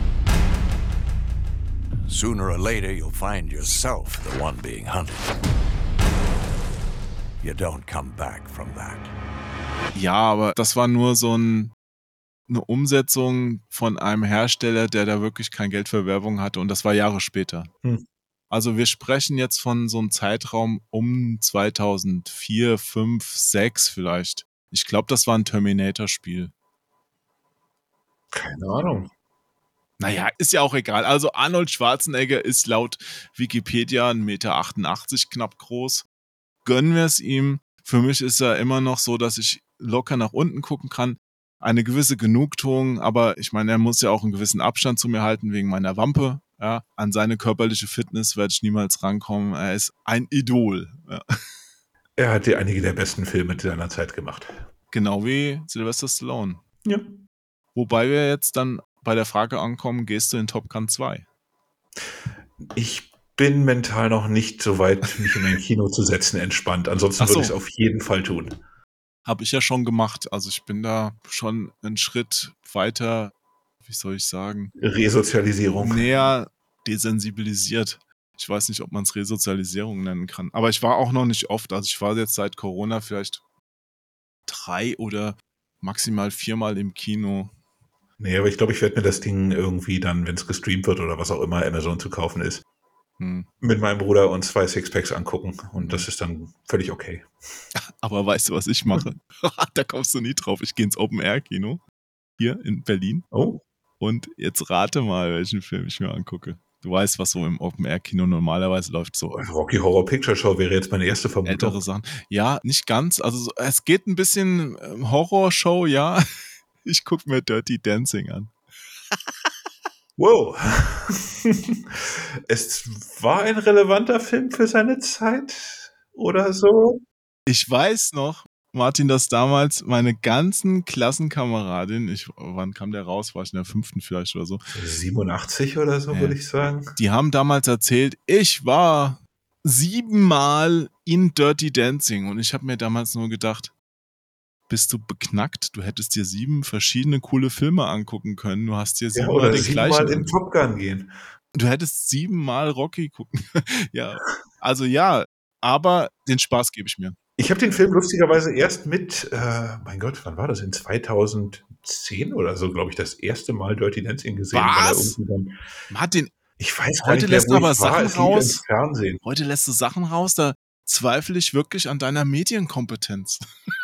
Sooner or later, you'll find yourself the one being hunted. You don't come back from that. Ja, aber das war nur so ein, eine Umsetzung von einem Hersteller, der da wirklich kein Geld für Werbung hatte, und das war Jahre später. Hm. Also wir sprechen jetzt von so einem Zeitraum um zweitausendvier, fünf, sechs vielleicht. Ich glaube, das war ein Terminator-Spiel. Keine Ahnung. Naja, ist ja auch egal. Also Arnold Schwarzenegger ist laut Wikipedia eins Komma achtundachtzig Meter knapp groß. Gönnen wir es ihm. Für mich ist er immer noch so, dass ich locker nach unten gucken kann. Eine gewisse Genugtuung, aber ich meine, er muss ja auch einen gewissen Abstand zu mir halten wegen meiner Wampe. Ja, an seine körperliche Fitness werde ich niemals rankommen. Er ist ein Idol. Ja. Er hat ja einige der besten Filme seiner Zeit gemacht. Genau wie Sylvester Stallone. Ja. Wobei wir jetzt dann bei der Frage ankommen, gehst du in Top Gun zwei? Ich bin mental noch nicht so weit, mich in ein Kino zu setzen, entspannt. Ansonsten Ach so. würde ich es auf jeden Fall tun. Habe ich ja schon gemacht. Also ich bin da schon einen Schritt weiter, wie soll ich sagen? Resozialisierung. Näher desensibilisiert. Ich weiß nicht, ob man es Resozialisierung nennen kann. Aber ich war auch noch nicht oft. Also ich war jetzt seit Corona vielleicht drei oder maximal viermal im Kino. Nee, aber ich glaube, ich werde mir das Ding irgendwie dann, wenn es gestreamt wird oder was auch immer Amazon zu kaufen ist, hm. mit meinem Bruder und zwei Sixpacks angucken. Und das ist dann völlig okay. Aber weißt du, was ich mache? Da kommst du nie drauf. Ich gehe ins Open-Air-Kino hier in Berlin. Oh. Und jetzt rate mal, welchen Film ich mir angucke. Du weißt, was so im Open-Air-Kino normalerweise läuft. So Rocky Horror Picture Show wäre jetzt meine erste Vermutung. Ältere Sachen. Ja, nicht ganz. Also es geht ein bisschen ähm, Horrorshow, ja. Ich gucke mir Dirty Dancing an. Wow. Es war ein relevanter Film für seine Zeit oder so. Ich weiß noch, Martin, dass damals meine ganzen Klassenkameradinnen, ich, wann kam der raus? War ich in der fünften vielleicht oder so? siebenundachtzig oder so, ja, würde ich sagen. Die haben damals erzählt, ich war siebenmal in Dirty Dancing und ich habe mir damals nur gedacht, bist du beknackt? Du hättest dir sieben verschiedene coole Filme angucken können. Du hast dir siebenmal ja, oder den siebenmal gleichen. in Top Gun gehen. Du hättest siebenmal Rocky gucken. Ja, also ja, aber den Spaß gebe ich mir. Ich habe den Film lustigerweise erst mit, äh, mein Gott, wann war das? In zweitausendzehn oder so, glaube ich, das erste Mal Dirty Dancing gesehen. Was? Weil er dann, Martin, ich weiß gar heute nicht mehr, lässt du wo aber ich war. Sachen Es lief raus. im Fernsehen. Heute lässt du Sachen raus, da zweifle ich wirklich an deiner Medienkompetenz.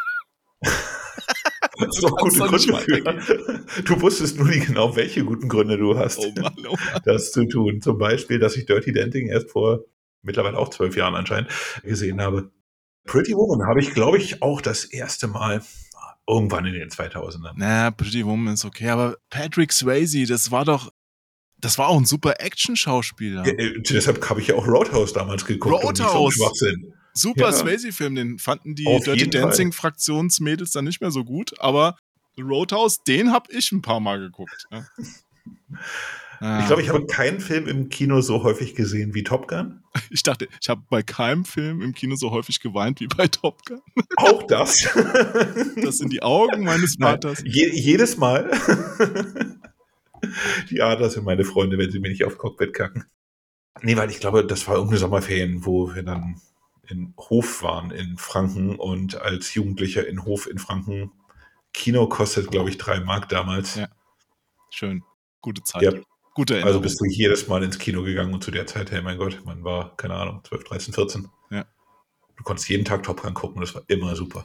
Das ist doch gute Gründe für. Du wusstest nur nicht genau, welche guten Gründe du hast, Oh Mann, oh Mann. das zu tun. Zum Beispiel, dass ich Dirty Dancing erst vor mittlerweile auch zwölf Jahren anscheinend gesehen habe. Pretty Woman habe ich, glaube ich, auch das erste Mal irgendwann in den zweitausendern. Na, Pretty Woman ist okay, aber Patrick Swayze, das war doch, das war auch ein super Action-Schauspieler. Ja, äh, deshalb habe ich ja auch Roadhouse damals geguckt. Roadhouse. Schwachsinn. Super Ja. Swayze-Film, den fanden die Auf Dirty jeden Dancing-Fraktionsmädels dann nicht mehr so gut, aber Roadhouse, den habe ich ein paar Mal geguckt. Ja. Ich glaube, ich habe keinen Film im Kino so häufig gesehen wie Top Gun. Ich dachte, ich habe bei keinem Film im Kino so häufig geweint wie bei Top Gun. Auch das. Das sind die Augen meines Vaters. Nein, je, jedes Mal. Die Adler sind meine Freunde, wenn sie mir nicht aufs Cockpit kacken. Nee, weil ich glaube, das war irgendeine Sommerferien, wo wir dann in Hof waren in Franken und als Jugendlicher in Hof in Franken. Kino kostet, glaube ich, drei Mark damals. Ja. Schön. Gute Zeit. Ja. Gute Erinnerung. Also bist du jedes Mal ins Kino gegangen und zu der Zeit, hey mein Gott, man war, keine Ahnung, zwölf, dreizehn, vierzehn. Ja. Du konntest jeden Tag Top Gun gucken, das war immer super.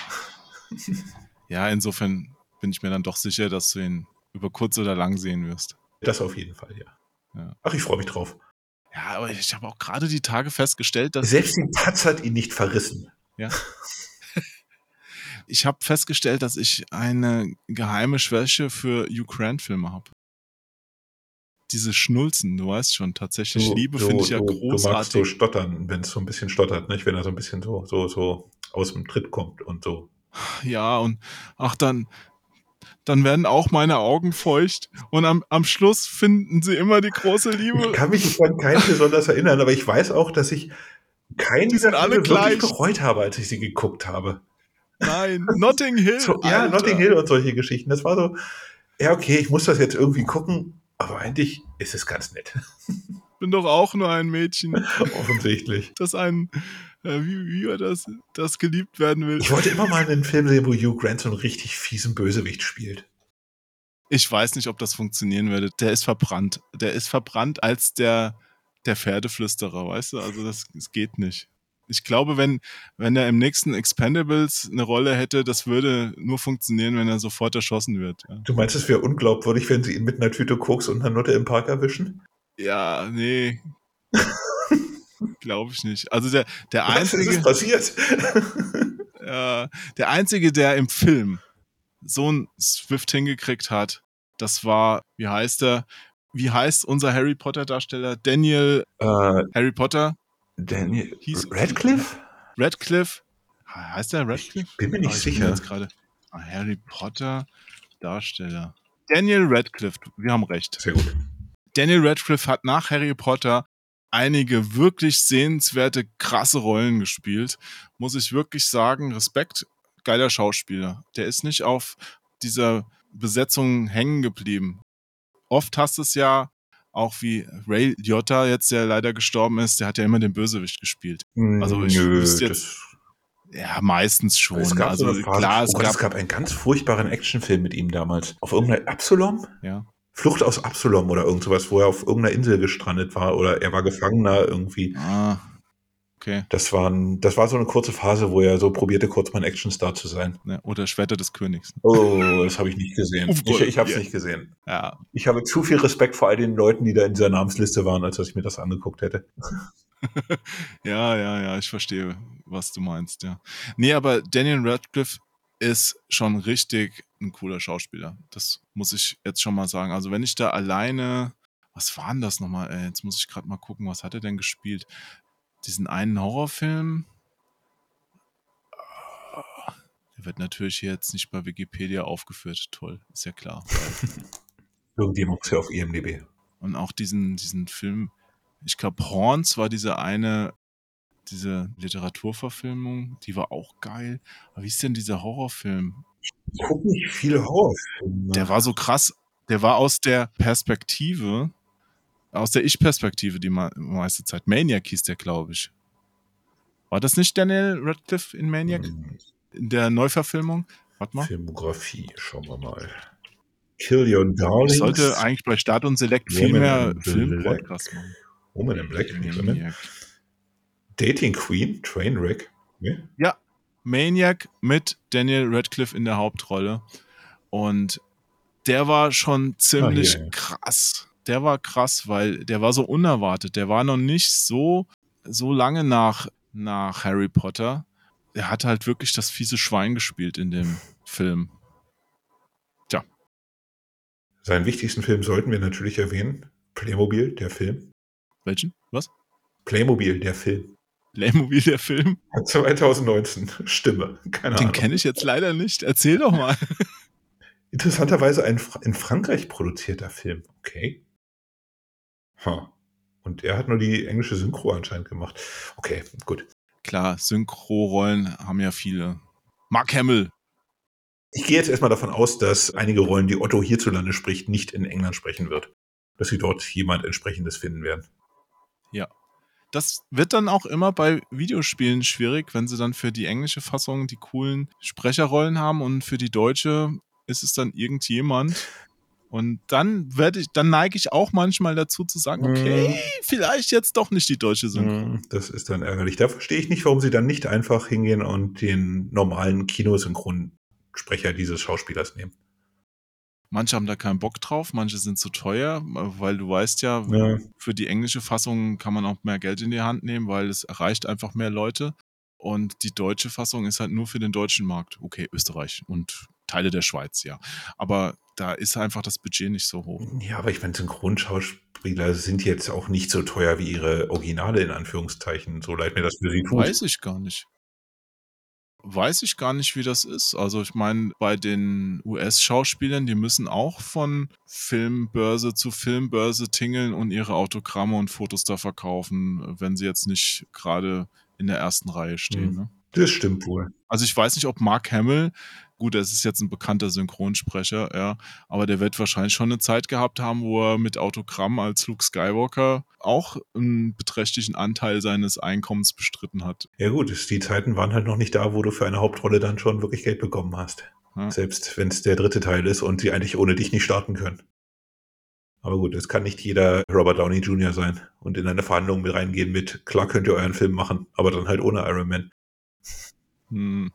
Ja, insofern bin ich mir dann doch sicher, dass du ihn über kurz oder lang sehen wirst. Das auf jeden Fall, ja. Ja. Ach, ich freue mich drauf. Ja, aber ich habe auch gerade die Tage festgestellt, dass... Selbst die Taz hat ihn nicht verrissen. Ja. Ich habe festgestellt, dass ich eine geheime Schwäche für Hugh Grant-Filme habe. Diese Schnulzen, du weißt schon, tatsächlich Du, Liebe du, finde ich ja du, du magst so großartig. stottern, wenn es so ein bisschen stottert, nicht? Wenn er so ein bisschen so, so, so aus dem Tritt kommt und so. Ja, und ach, dann, dann werden auch meine Augen feucht und am, am Schluss finden sie immer die große Ich Liebe. kann mich nicht an keinen besonders erinnern, aber ich weiß auch, dass ich keinen Die sind dieser alle Filme wirklich gleich. bereut habe, als ich sie geguckt habe. Nein, Notting Hill, So, ja, Alter. Notting Hill und solche Geschichten. Das war so, ja, okay, ich muss das jetzt irgendwie gucken, aber eigentlich ist es ganz nett. Bin doch auch nur ein Mädchen, Offensichtlich. das ein, äh, wie, wie war das, das geliebt werden will. Ich wollte immer mal einen Film sehen, wo Hugh Grant so einen richtig fiesen Bösewicht spielt. Ich weiß nicht, ob das funktionieren würde. Der ist verbrannt. Der ist verbrannt als der, der Pferdeflüsterer, weißt du? Also das, das geht nicht. Ich glaube, wenn, wenn er im nächsten Expendables eine Rolle hätte, das würde nur funktionieren, wenn er sofort erschossen wird. Ja, Du meinst, es wäre unglaubwürdig, wenn sie ihn mit einer Tüte Koks und einer Nutte im Park erwischen? ja nee. Glaube ich nicht. Also der, der Was einzige, ist passiert? äh, der einzige, der im Film so einen Swift hingekriegt hat, das war, wie heißt er? Wie heißt unser Harry Potter Darsteller? Daniel äh, Harry Potter? Daniel Hieß- Radcliffe? Radcliffe? Heißt der Radcliffe? Ich bin mir nicht Ah, ich sicher. jetzt gerade. Ah, Harry Potter Darsteller. Daniel Radcliffe, wir haben recht. Sehr gut. Daniel Radcliffe hat nach Harry Potter einige wirklich sehenswerte, krasse Rollen gespielt. Muss ich wirklich sagen, Respekt, geiler Schauspieler. Der ist nicht auf dieser Besetzung hängen geblieben. Oft hast du es ja, auch wie Ray Liotta jetzt, der leider gestorben ist, der hat ja immer den Bösewicht gespielt. Also ich Nö, wüsste jetzt, das, ja, meistens schon. es gab also so eine Phase, klar, oh es Gott, gab, es gab einen ganz furchtbaren Actionfilm mit ihm damals. Auf irgendeiner Absalom? ja. Flucht aus Absalom oder irgend sowas, wo er auf irgendeiner Insel gestrandet war oder er war Gefangener irgendwie. Ah, okay. Das war, ein, das war so eine kurze Phase, wo er so probierte, kurz mal ein Actionstar zu sein. Ne, oder Schwerter des Königs. Oh, das habe ich nicht gesehen. Oh Ich, Gott, ich habe es ja. nicht gesehen. Ja, Ich habe zu viel Respekt vor all den Leuten, die da in dieser Namensliste waren, als dass ich mir das angeguckt hätte. ja, ja, ja, ich verstehe, was du meinst, ja. Nee, aber Daniel Radcliffe ist schon richtig ein cooler Schauspieler. Das muss ich jetzt schon mal sagen. Also wenn ich da alleine, was war denn das nochmal? Ey, jetzt muss ich gerade mal gucken, was hat er denn gespielt? Diesen einen Horrorfilm? Der wird natürlich hier jetzt nicht bei Wikipedia aufgeführt. Toll, ist ja klar. Irgendjemand muss ja auf I M D B. Und auch diesen, diesen Film, ich glaube, Horns war diese eine, diese Literaturverfilmung, die war auch geil. Aber wie ist denn dieser Horrorfilm? Ich gucke nicht viele Horrorfilme. Der war so krass, der war aus der Perspektive, aus der Ich-Perspektive die me- meiste Zeit. Maniac hieß der, glaube ich. War das nicht Daniel Radcliffe in Maniac? Hm, In der Neuverfilmung? Warte mal. Filmografie, schauen wir mal. Kill Your Ich Darlings. sollte eigentlich bei Start und Select viel Woman mehr in Black. Film-Podcast machen. Woman in Black. nicht drin, ne? Maniac. Dating Queen, Trainwreck. Ne? Ja, Maniac mit Daniel Radcliffe in der Hauptrolle. Und der war schon ziemlich Ah, hier, ja. krass. Der war krass, weil der war so unerwartet. Der war noch nicht so, so lange nach, nach Harry Potter. Er hat halt wirklich das fiese Schwein gespielt in dem Film. Tja, Seinen wichtigsten Film sollten wir natürlich erwähnen. Playmobil, der Film. welchen? Was? Playmobil, der Film. Playmobil, der Film? zwanzig neunzehn. Stimme. Keine Den Ahnung. kenne ich jetzt leider nicht. Erzähl doch mal. Interessanterweise ein Fra- in Frankreich produzierter Film. Okay. Huh. Und er hat nur die englische Synchro anscheinend gemacht. Okay, gut. Klar, Synchro-Rollen haben ja viele. Mark Hamill. Ich gehe jetzt erstmal davon aus, dass einige Rollen, die Otto hierzulande spricht, nicht in England sprechen wird. Dass sie dort jemand entsprechendes finden werden. Ja. Das wird dann auch immer bei Videospielen schwierig, wenn sie dann für die englische Fassung die coolen Sprecherrollen haben und für die deutsche ist es dann irgendjemand. Und dann werde ich, dann neige ich auch manchmal dazu zu sagen, okay, vielleicht jetzt doch nicht die deutsche Synchro. Mm, Das ist dann ärgerlich. Da verstehe ich nicht, warum sie dann nicht einfach hingehen und den normalen Kinosynchronsprecher dieses Schauspielers nehmen. Manche haben da keinen Bock drauf, manche sind zu teuer, weil du weißt ja, Ja. für die englische Fassung kann man auch mehr Geld in die Hand nehmen, weil es erreicht einfach mehr Leute. Und die deutsche Fassung ist halt nur für den deutschen Markt. Okay, Österreich und Teile der Schweiz, ja. Aber da ist einfach das Budget nicht so hoch. Ja, aber ich meine, Synchronschauspieler sind jetzt auch nicht so teuer wie ihre Originale, in Anführungszeichen. So leid mir das für sie tut. Weiß ich gar nicht. Weiß ich gar nicht, wie das ist. Also ich meine, bei den U S-Schauspielern, die müssen auch von Filmbörse zu Filmbörse tingeln und ihre Autogramme und Fotos da verkaufen, wenn sie jetzt nicht gerade in der ersten Reihe stehen. Mhm. Ne? Das stimmt wohl. Also ich weiß nicht, ob Mark Hamill, gut, das ist jetzt ein bekannter Synchronsprecher, ja, aber der wird wahrscheinlich schon eine Zeit gehabt haben, wo er mit Autogramm als Luke Skywalker auch einen beträchtlichen Anteil seines Einkommens bestritten hat. Ja gut, die Zeiten waren halt noch nicht da, wo du für eine Hauptrolle dann schon wirklich Geld bekommen hast. Ja. Selbst wenn es der dritte Teil ist und sie eigentlich ohne dich nicht starten können. Aber gut, es kann nicht jeder Robert Downey Junior sein und in eine Verhandlung mit reingehen mit, klar könnt ihr euren Film machen, aber dann halt ohne Iron Man. Hm.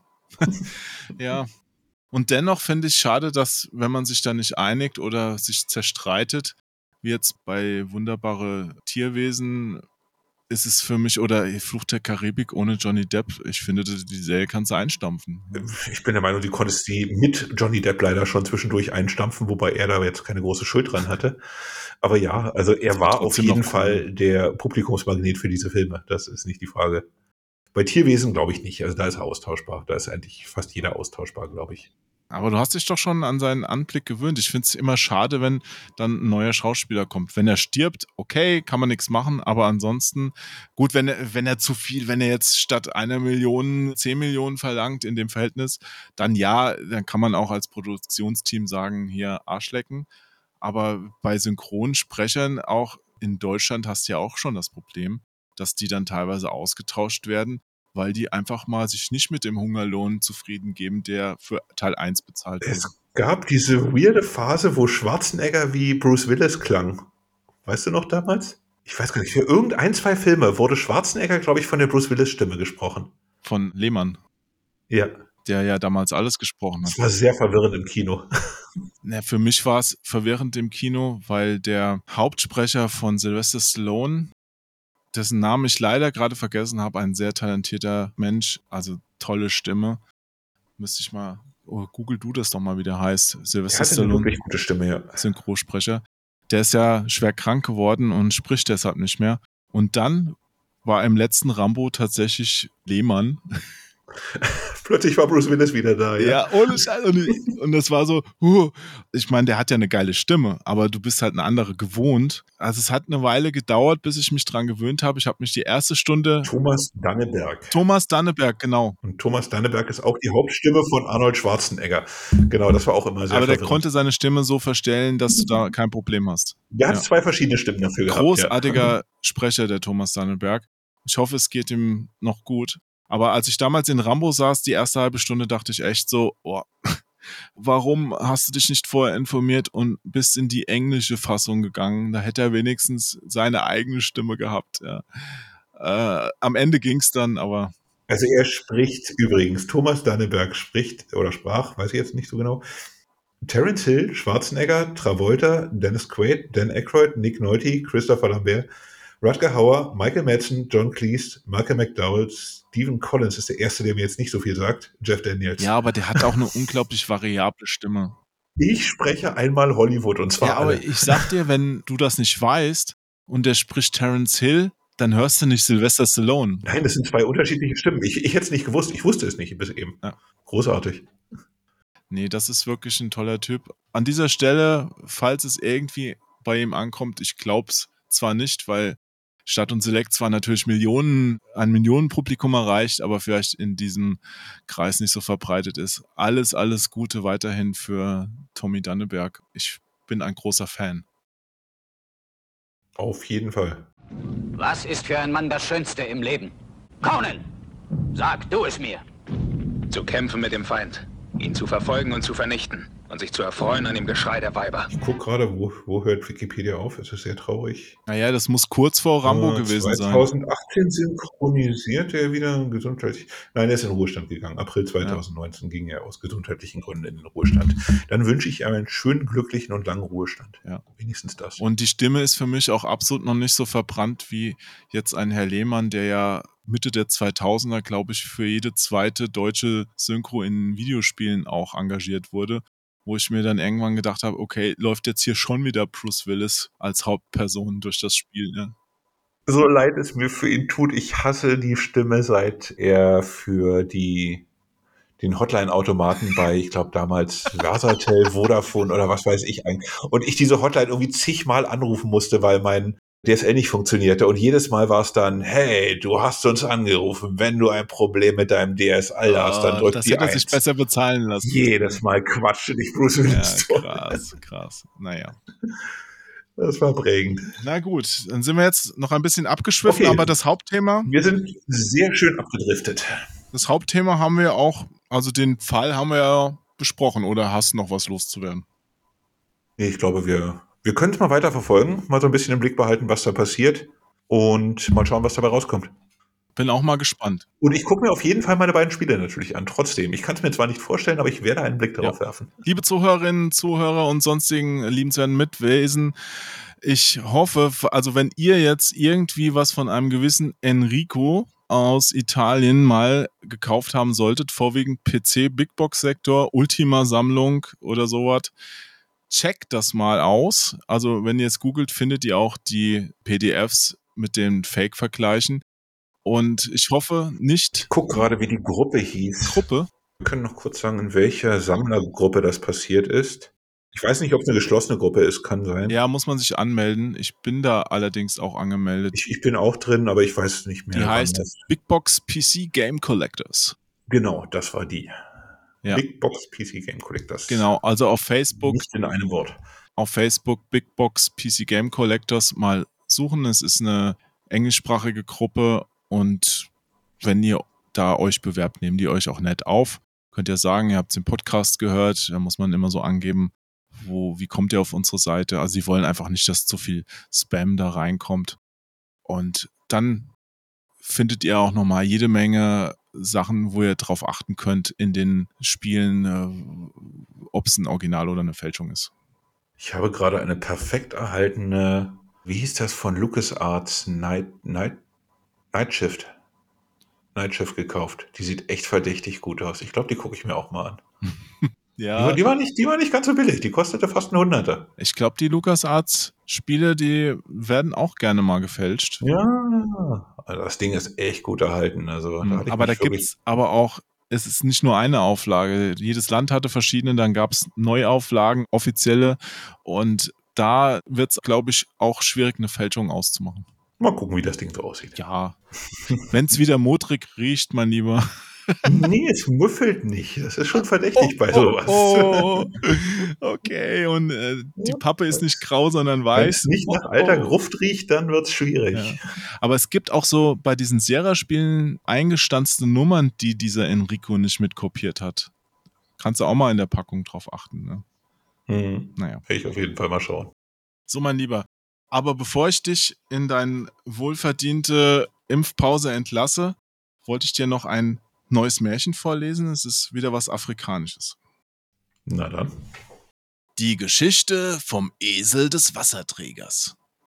Ja. Und dennoch finde ich schade, dass, wenn man sich da nicht einigt oder sich zerstreitet, wie jetzt bei Wunderbare Tierwesen, ist es für mich, oder Fluch der Karibik ohne Johnny Depp, ich finde, die Serie kannst du einstampfen. Ich bin der Meinung, die konntest die mit Johnny Depp leider schon zwischendurch einstampfen, wobei er da jetzt keine große Schuld dran hatte. Aber ja, also er war auf jeden Fall der Publikumsmagnet für diese Filme. Das ist nicht die Frage. Bei Tierwesen glaube ich nicht. Also da ist er austauschbar. Da ist eigentlich fast jeder austauschbar, glaube ich. Aber du hast dich doch schon an seinen Anblick gewöhnt. Ich finde es immer schade, wenn dann ein neuer Schauspieler kommt. Wenn er stirbt, okay, kann man nichts machen. Aber ansonsten, gut, wenn er, wenn er zu viel, wenn er jetzt statt einer Million zehn Millionen verlangt in dem Verhältnis, dann ja, dann kann man auch als Produktionsteam sagen, hier Arschlecken. Aber bei Synchronsprechern auch in Deutschland hast du ja auch schon das Problem, dass die dann teilweise ausgetauscht werden, weil die einfach mal sich nicht mit dem Hungerlohn zufrieden geben, der für Teil eins bezahlt wird. Es gab diese weirde Phase, wo Schwarzenegger wie Bruce Willis klang. Weißt du noch damals? Ich weiß gar nicht, für irgendein, zwei Filme wurde Schwarzenegger, glaube ich, von der Bruce Willis Stimme gesprochen. Von Lehmann. Ja. Der ja damals alles gesprochen hat. Das war sehr verwirrend im Kino. Na, für mich war es verwirrend im Kino, weil der Hauptsprecher von Sylvester Stallone, dessen Namen ich leider gerade vergessen habe, ein sehr talentierter Mensch, also tolle Stimme. Müsste ich mal, oh, google du das doch mal, wie der heißt. Sylvester Stallone. Eine wirklich gute Stimme, ja. Synchronsprecher. Der ist ja schwer krank geworden und spricht deshalb nicht mehr. Und dann war im letzten Rambo tatsächlich Lehmann. Plötzlich war Bruce Willis wieder da, ja. Ja, ohne Scheiß. Und, und das war so, huh. Ich meine, der hat ja eine geile Stimme, aber du bist halt eine andere gewohnt. Also es hat eine Weile gedauert, bis ich mich dran gewöhnt habe. Ich habe mich die erste Stunde... Thomas Danneberg. Thomas Danneberg, genau. Und Thomas Danneberg ist auch die Hauptstimme von Arnold Schwarzenegger. Genau, das war auch immer sehr Aber der verwirrend. konnte seine Stimme so verstellen, dass du da kein Problem hast. Der hat ja. zwei verschiedene Stimmen dafür gehabt. Großartiger ja. Sprecher, der Thomas Danneberg. Ich hoffe, es geht ihm noch gut. Aber als ich damals in Rambo saß, die erste halbe Stunde, dachte ich echt so, oh, warum hast du dich nicht vorher informiert und bist in die englische Fassung gegangen? Da hätte er wenigstens seine eigene Stimme gehabt. Ja. Äh, am Ende ging es dann, aber... Also er spricht übrigens, Thomas Danneberg spricht oder sprach, weiß ich jetzt nicht so genau, Terence Hill, Schwarzenegger, Travolta, Dennis Quaid, Dan Aykroyd, Nick Nolte, Christopher Lambert, Rutger Hauer, Michael Madsen, John Cleese, Malcolm McDowell, Stephen Collins ist der erste, der mir jetzt nicht so viel sagt, Jeff Daniels. Ja, aber der hat auch eine unglaublich variable Stimme. Ich spreche einmal Hollywood und zwar Ja, aber alle. ich sag dir, wenn du das nicht weißt und der spricht Terence Hill, dann hörst du nicht Sylvester Stallone. Nein, das sind zwei unterschiedliche Stimmen. Ich, ich hätte es nicht gewusst. Ich wusste es nicht bis eben. Ja. Großartig. Nee, das ist wirklich ein toller Typ. An dieser Stelle, falls es irgendwie bei ihm ankommt, ich glaub's zwar nicht, weil Stadt und Select zwar natürlich Millionen, ein Millionenpublikum erreicht, aber vielleicht in diesem Kreis nicht so verbreitet ist. Alles, alles Gute weiterhin für Tommy Danneberg. Ich bin ein großer Fan. Auf jeden Fall. Was ist für ein Mann das Schönste im Leben? Conan! Sag du es mir! Zu kämpfen mit dem Feind, ihn zu verfolgen und zu vernichten und sich zu erfreuen an dem Geschrei der Weiber. Ich gucke gerade, wo, wo hört Wikipedia auf? Es ist sehr traurig. Naja, das muss kurz vor Rambo äh, gewesen sein. zweitausendachtzehn synchronisiert er wieder gesundheitlich. Nein, er ist in den Ruhestand gegangen. April zweitausendneunzehn ja. ging er aus gesundheitlichen Gründen in den Ruhestand. Dann wünsche ich ihm einen schönen, glücklichen und langen Ruhestand. Ja. Wenigstens das. Und die Stimme ist für mich auch absolut noch nicht so verbrannt wie jetzt ein Herr Lehmann, der ja Mitte der zweitausender, glaube ich, für jede zweite deutsche Synchro in Videospielen auch engagiert wurde, wo ich mir dann irgendwann gedacht habe, okay, läuft jetzt hier schon wieder Bruce Willis als Hauptperson durch das Spiel, ne? So leid es mir für ihn tut, ich hasse die Stimme, seit er für die den Hotline-Automaten bei, ich glaube damals Versatel, Vodafone oder was weiß ich ein. Und ich diese Hotline irgendwie zigmal anrufen musste, weil mein D S L nicht funktionierte. Und jedes Mal war es dann, hey, du hast uns angerufen, wenn du ein Problem mit deinem D S L hast, dann drück das die hätte er eins. sich besser bezahlen lassen. Jedes Mal quatschte dich Bruce Willis. Ja, krass, krass. Naja. Das war prägend. Na gut, dann sind wir jetzt noch ein bisschen abgeschwiffen, Okay. aber das Hauptthema, Wir sind sehr schön abgedriftet. das Hauptthema haben wir auch, also den Fall haben wir ja besprochen, oder hast du noch was loszuwerden? Nee, ich glaube, wir, wir können es mal weiterverfolgen, mal so ein bisschen im Blick behalten, was da passiert und mal schauen, was dabei rauskommt. Bin auch mal gespannt. Und ich gucke mir auf jeden Fall meine beiden Spiele natürlich an, trotzdem. Ich kann es mir zwar nicht vorstellen, aber ich werde einen Blick darauf Ja. werfen. Liebe Zuhörerinnen, Zuhörer und sonstigen liebenswerten Mitwesen, ich hoffe, also wenn ihr jetzt irgendwie was von einem gewissen Enrico aus Italien mal gekauft haben solltet, vorwiegend P C, Big Box Sektor, Ultima Sammlung oder sowas, checkt das mal aus. Also wenn ihr es googelt, findet ihr auch die P D Fs mit den Fake-Vergleichen. Und ich hoffe nicht Guck gerade, wie die Gruppe hieß. Gruppe. Wir können noch kurz sagen, in welcher Sammlergruppe das passiert ist. Ich weiß nicht, ob es eine geschlossene Gruppe ist, kann sein. Ja, muss man sich anmelden. Ich bin da allerdings auch angemeldet. Ich, ich bin auch drin, aber ich weiß es nicht mehr. Die wann heißt das- Big Box P C Game Collectors. Genau, das war die. Ja. Big Box P C Game Collectors. Genau, also auf Facebook, Nicht in einem Wort. auf Facebook Big Box P C Game Collectors mal suchen. Es ist eine englischsprachige Gruppe und wenn ihr da euch bewerbt, nehmen die euch auch nett auf. Könnt ihr sagen, ihr habt den Podcast gehört, da muss man immer so angeben, wo, wie kommt ihr auf unsere Seite? Also sie wollen einfach nicht, dass zu viel Spam da reinkommt. Und dann findet ihr auch nochmal jede Menge Sachen, wo ihr drauf achten könnt in den Spielen, äh, ob es ein Original oder eine Fälschung ist. Ich habe gerade eine perfekt erhaltene, wie hieß das von LucasArts, Night, Night, Night Shift. Night Shift gekauft. Die sieht echt verdächtig gut aus. Ich glaube, die gucke ich mir auch mal an. Die, Ja, war- die, war nicht, die war nicht ganz so billig. Die kostete fast ein Hunderter. ich glaube, die LucasArts-Spiele, die werden auch gerne mal gefälscht. Ja, also das Ding ist echt gut erhalten. Also, da hatte ich Aber da mich wirklich- gibt's aber auch, es ist nicht nur eine Auflage. Jedes Land hatte verschiedene, dann gab's Neuauflagen, offizielle. Und da wird's, glaube ich, auch schwierig, eine Fälschung auszumachen. Mal gucken, wie das Ding so aussieht. Ja, wenn's wieder modrig riecht, mein Lieber. Nee, es müffelt nicht. Das ist schon verdächtig bei sowas. Oh, okay, und äh, die Pappe ist nicht grau, sondern Wenn weiß. es nicht nach alter Oh. Gruft riecht, dann wird es schwierig. Ja. Aber es gibt auch so bei diesen Sierra-Spielen eingestanzte Nummern, die dieser Enrico nicht mitkopiert hat. Kannst du auch mal in der Packung drauf achten. Ne? Hm. Naja. Will ich auf jeden Fall mal schauen. So, mein Lieber. Aber bevor ich dich in deine wohlverdiente Impfpause entlasse, wollte ich dir noch ein neues Märchen vorlesen. Es ist wieder was Afrikanisches. Na dann. Die Geschichte vom Esel des Wasserträgers.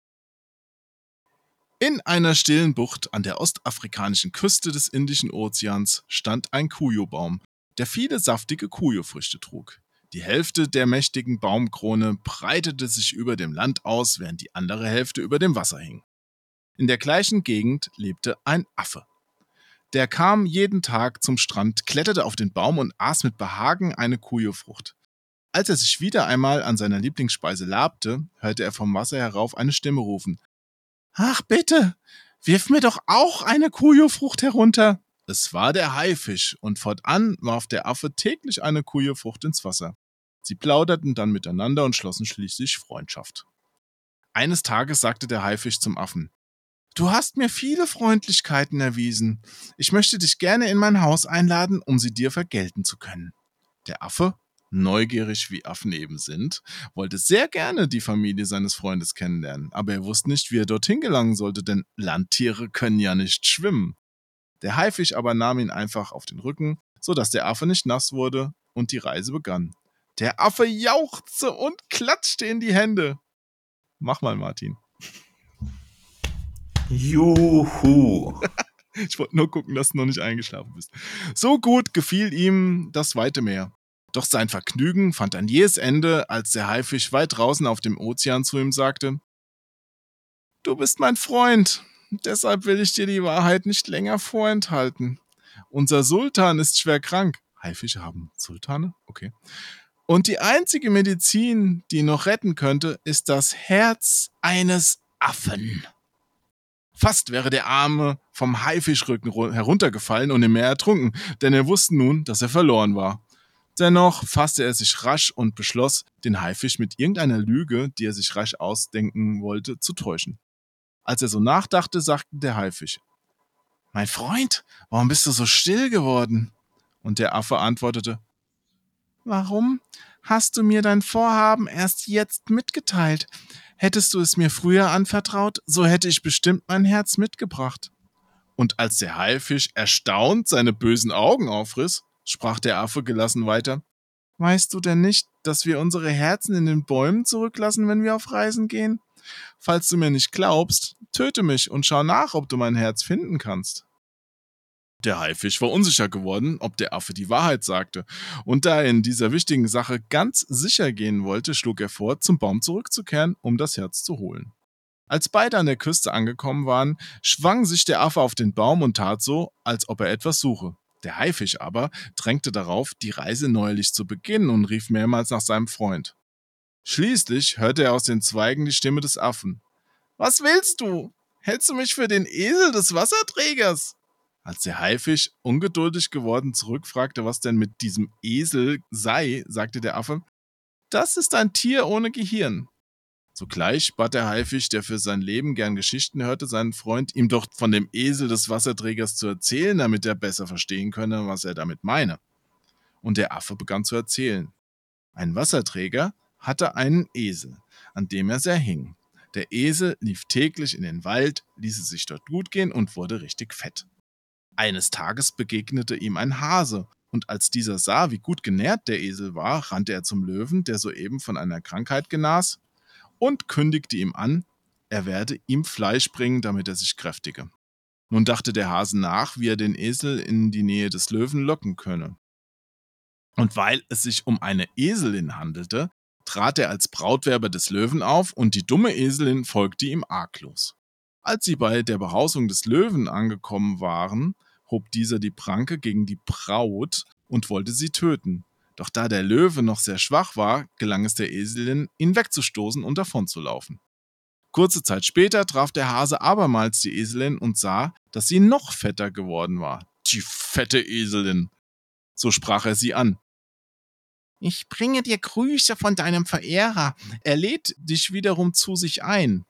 In einer stillen Bucht an der ostafrikanischen Küste des Indischen Ozeans stand ein Kuyo-Baum, der viele saftige Kuyo-Früchte trug. Die Hälfte der mächtigen Baumkrone breitete sich über dem Land aus, während die andere Hälfte über dem Wasser hing. In der gleichen Gegend lebte ein Affe. Der kam jeden Tag zum Strand, kletterte auf den Baum und aß mit Behagen eine Kuyo-Frucht. Als er sich wieder einmal an seiner Lieblingsspeise labte, hörte er vom Wasser herauf eine Stimme rufen. »Ach bitte, wirf mir doch auch eine Kuyo-Frucht herunter!« Es war der Haifisch, und fortan warf der Affe täglich eine Kuyo-Frucht ins Wasser. Sie plauderten dann miteinander und schlossen schließlich Freundschaft. Eines Tages sagte der Haifisch zum Affen: »Du hast mir viele Freundlichkeiten erwiesen. Ich möchte dich gerne in mein Haus einladen, um sie dir vergelten zu können.« Der Affe, neugierig wie Affen eben sind, wollte sehr gerne die Familie seines Freundes kennenlernen, aber er wusste nicht, wie er dorthin gelangen sollte, denn Landtiere können ja nicht schwimmen. Der Haifisch aber nahm ihn einfach auf den Rücken, sodass der Affe nicht nass wurde und die Reise begann. Der Affe jauchzte und klatschte in die Hände. Mach mal, Martin. Juhu. Ich wollte nur gucken, dass du noch nicht eingeschlafen bist. So gut gefiel ihm das weite Meer. Doch sein Vergnügen fand ein jähes Ende, als der Haifisch weit draußen auf dem Ozean zu ihm sagte: Du bist mein Freund, deshalb will ich dir die Wahrheit nicht länger vorenthalten. Unser Sultan ist schwer krank. Haifische haben Sultane? Okay. Und die einzige Medizin, die ihn noch retten könnte, ist das Herz eines Affen. Fast wäre der Arme vom Haifischrücken heruntergefallen und im Meer ertrunken, denn er wusste nun, dass er verloren war. Dennoch fasste er sich rasch und beschloss, den Haifisch mit irgendeiner Lüge, die er sich rasch ausdenken wollte, zu täuschen. Als er so nachdachte, sagte der Haifisch: Mein Freund, warum bist du so still geworden? Und der Affe antwortete: Warum hast du mir dein Vorhaben erst jetzt mitgeteilt? Hättest du es mir früher anvertraut, so hätte ich bestimmt mein Herz mitgebracht. Und als der Haifisch erstaunt seine bösen Augen aufriss, sprach der Affe gelassen weiter: Weißt du denn nicht, dass wir unsere Herzen in den Bäumen zurücklassen, wenn wir auf Reisen gehen? Falls du mir nicht glaubst, töte mich und schau nach, ob du mein Herz finden kannst. Der Haifisch war unsicher geworden, ob der Affe die Wahrheit sagte, und da er in dieser wichtigen Sache ganz sicher gehen wollte, schlug er vor, zum Baum zurückzukehren, um das Herz zu holen. Als beide an der Küste angekommen waren, schwang sich der Affe auf den Baum und tat so, als ob er etwas suche. Der Haifisch aber drängte darauf, die Reise neuerlich zu beginnen, und rief mehrmals nach seinem Freund. Schließlich hörte er aus den Zweigen die Stimme des Affen. Was willst du? Hältst du mich für den Esel des Wasserträgers? Als der Haifisch ungeduldig geworden zurückfragte, was denn mit diesem Esel sei, sagte der Affe: Das ist ein Tier ohne Gehirn. Sogleich bat der Haifisch, der für sein Leben gern Geschichten hörte, seinen Freund, ihm doch von dem Esel des Wasserträgers zu erzählen, damit er besser verstehen könne, was er damit meine. Und der Affe begann zu erzählen. Ein Wasserträger hatte einen Esel, an dem er sehr hing. Der Esel lief täglich in den Wald, ließ es sich dort gut gehen und wurde richtig fett. Eines Tages begegnete ihm ein Hase, und als dieser sah, wie gut genährt der Esel war, rannte er zum Löwen, der soeben von einer Krankheit genas, und kündigte ihm an, er werde ihm Fleisch bringen, damit er sich kräftige. Nun dachte der Hase nach, wie er den Esel in die Nähe des Löwen locken könne. Und weil es sich um eine Eselin handelte, trat er als Brautwerber des Löwen auf, und die dumme Eselin folgte ihm arglos. Als sie bei der Behausung des Löwen angekommen waren, hob dieser die Pranke gegen die Braut und wollte sie töten. Doch da der Löwe noch sehr schwach war, gelang es der Eselin, ihn wegzustoßen und davonzulaufen. Kurze Zeit später traf der Hase abermals die Eselin und sah, dass sie noch fetter geworden war. Die fette Eselin! So sprach er sie an. Ich bringe dir Grüße von deinem Verehrer. Er lädt dich wiederum zu sich ein.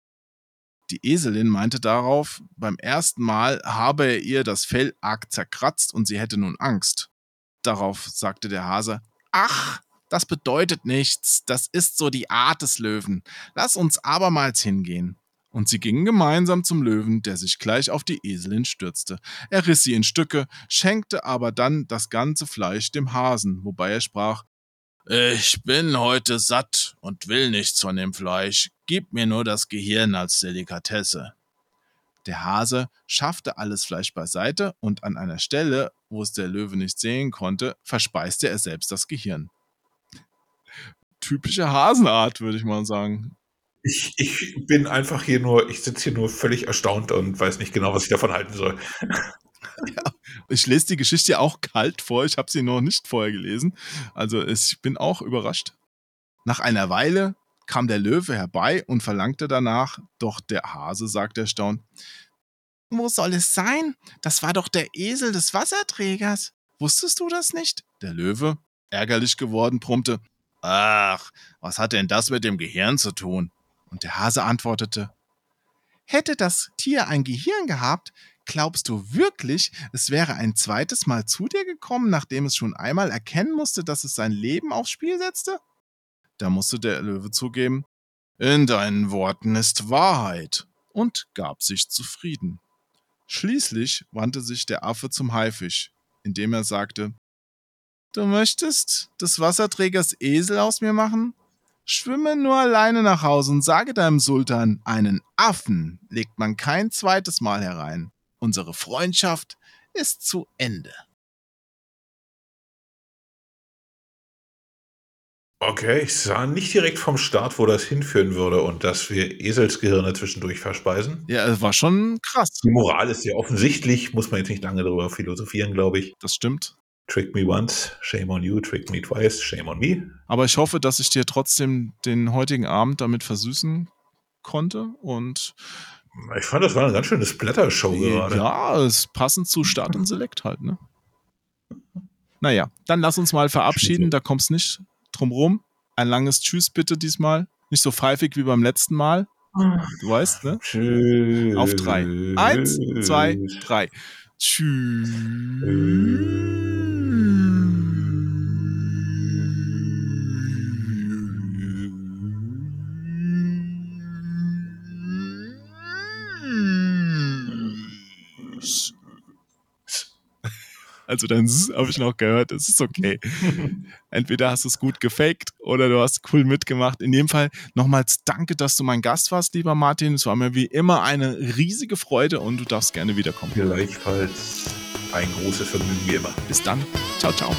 Die Eselin meinte darauf, beim ersten Mal habe er ihr das Fell arg zerkratzt und sie hätte nun Angst. Darauf sagte der Hase: Ach, das bedeutet nichts, das ist so die Art des Löwen. Lass uns abermals hingehen. Und sie gingen gemeinsam zum Löwen, der sich gleich auf die Eselin stürzte. Er riss sie in Stücke, schenkte aber dann das ganze Fleisch dem Hasen, wobei er sprach: Ich bin heute satt und will nichts von dem Fleisch. Gib mir nur das Gehirn als Delikatesse. Der Hase schaffte alles Fleisch beiseite, und an einer Stelle, wo es der Löwe nicht sehen konnte, verspeiste er selbst das Gehirn. Typische Hasenart, würde ich mal sagen. Ich, ich bin einfach hier nur, ich sitze hier nur völlig erstaunt und weiß nicht genau, was ich davon halten soll. Ja, ich lese die Geschichte auch kalt vor, ich habe sie noch nicht vorher gelesen, also ich bin auch überrascht. Nach einer Weile kam der Löwe herbei und verlangte danach, doch der Hase sagte erstaunt: Wo soll es sein? Das war doch der Esel des Wasserträgers. Wusstest du das nicht? Der Löwe, ärgerlich geworden, brummte: Ach, was hat denn das mit dem Gehirn zu tun? Und der Hase antwortete: Hätte das Tier ein Gehirn gehabt, glaubst du wirklich, es wäre ein zweites Mal zu dir gekommen, nachdem es schon einmal erkennen musste, dass es sein Leben aufs Spiel setzte? Da musste der Löwe zugeben: In deinen Worten ist Wahrheit, und gab sich zufrieden. Schließlich wandte sich der Affe zum Haifisch, indem er sagte: Du möchtest des Wasserträgers Esel aus mir machen? Schwimme nur alleine nach Hause und sage deinem Sultan, einen Affen legt man kein zweites Mal herein. unsere Freundschaft ist zu Ende. Okay, ich sah nicht direkt vom Start, wo das hinführen würde und dass wir Eselsgehirne zwischendurch verspeisen. Ja, es war schon krass. Die Moral ist ja offensichtlich, muss man jetzt nicht lange darüber philosophieren, glaube ich. Das stimmt. Trick me once, shame on you, trick me twice, shame on me. Aber ich hoffe, dass ich dir trotzdem den heutigen Abend damit versüßen konnte und ich fand, das war eine ganz schöne Splatter-Show gerade. Ja, es ist passend zu Start und Select halt, ne? Naja, dann lass uns mal verabschieden, da kommst nicht drum rum. Ein langes Tschüss bitte diesmal. Nicht so pfeifig wie beim letzten Mal. Du weißt, ne? Tschüss. Auf drei. Eins, zwei, drei. Tschüss. Also dein S habe ich noch gehört, es ist okay. Entweder hast du es gut gefaked oder du hast cool mitgemacht. In jedem Fall nochmals danke, dass du mein Gast warst, lieber Martin. Es war mir wie immer eine riesige Freude und du darfst gerne wiederkommen. Gleichfalls ein großes Vergnügen wie immer. Bis dann. Ciao, ciao.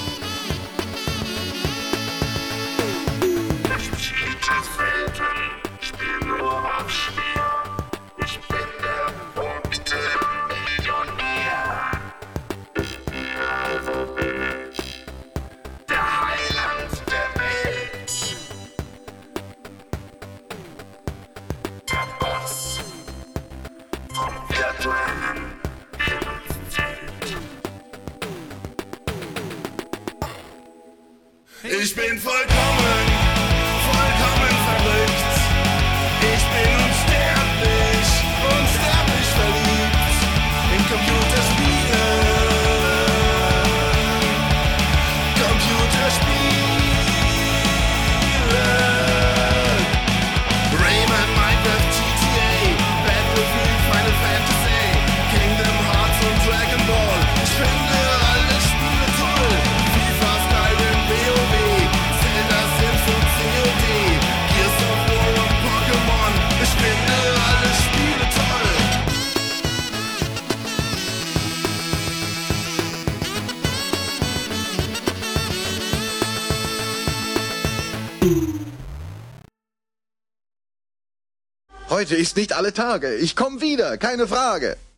Ich bin vollkommen, vollkommen verrückt. Ich bin unsterblich, unsterblich verliebt in Computerspiele. Computerspiele. Rayman, Minecraft, G T A, Battlefield, Final Fantasy, Kingdom Hearts und Dragon Ball. Ich finde alle Spiele toll. FIFA, Skyrim, WoW, Zelda, Sims und C O D, Gears of War und Pokémon. Ich finde alle Spiele toll. Heute ist nicht alle Tage. Ich komme wieder, keine Frage.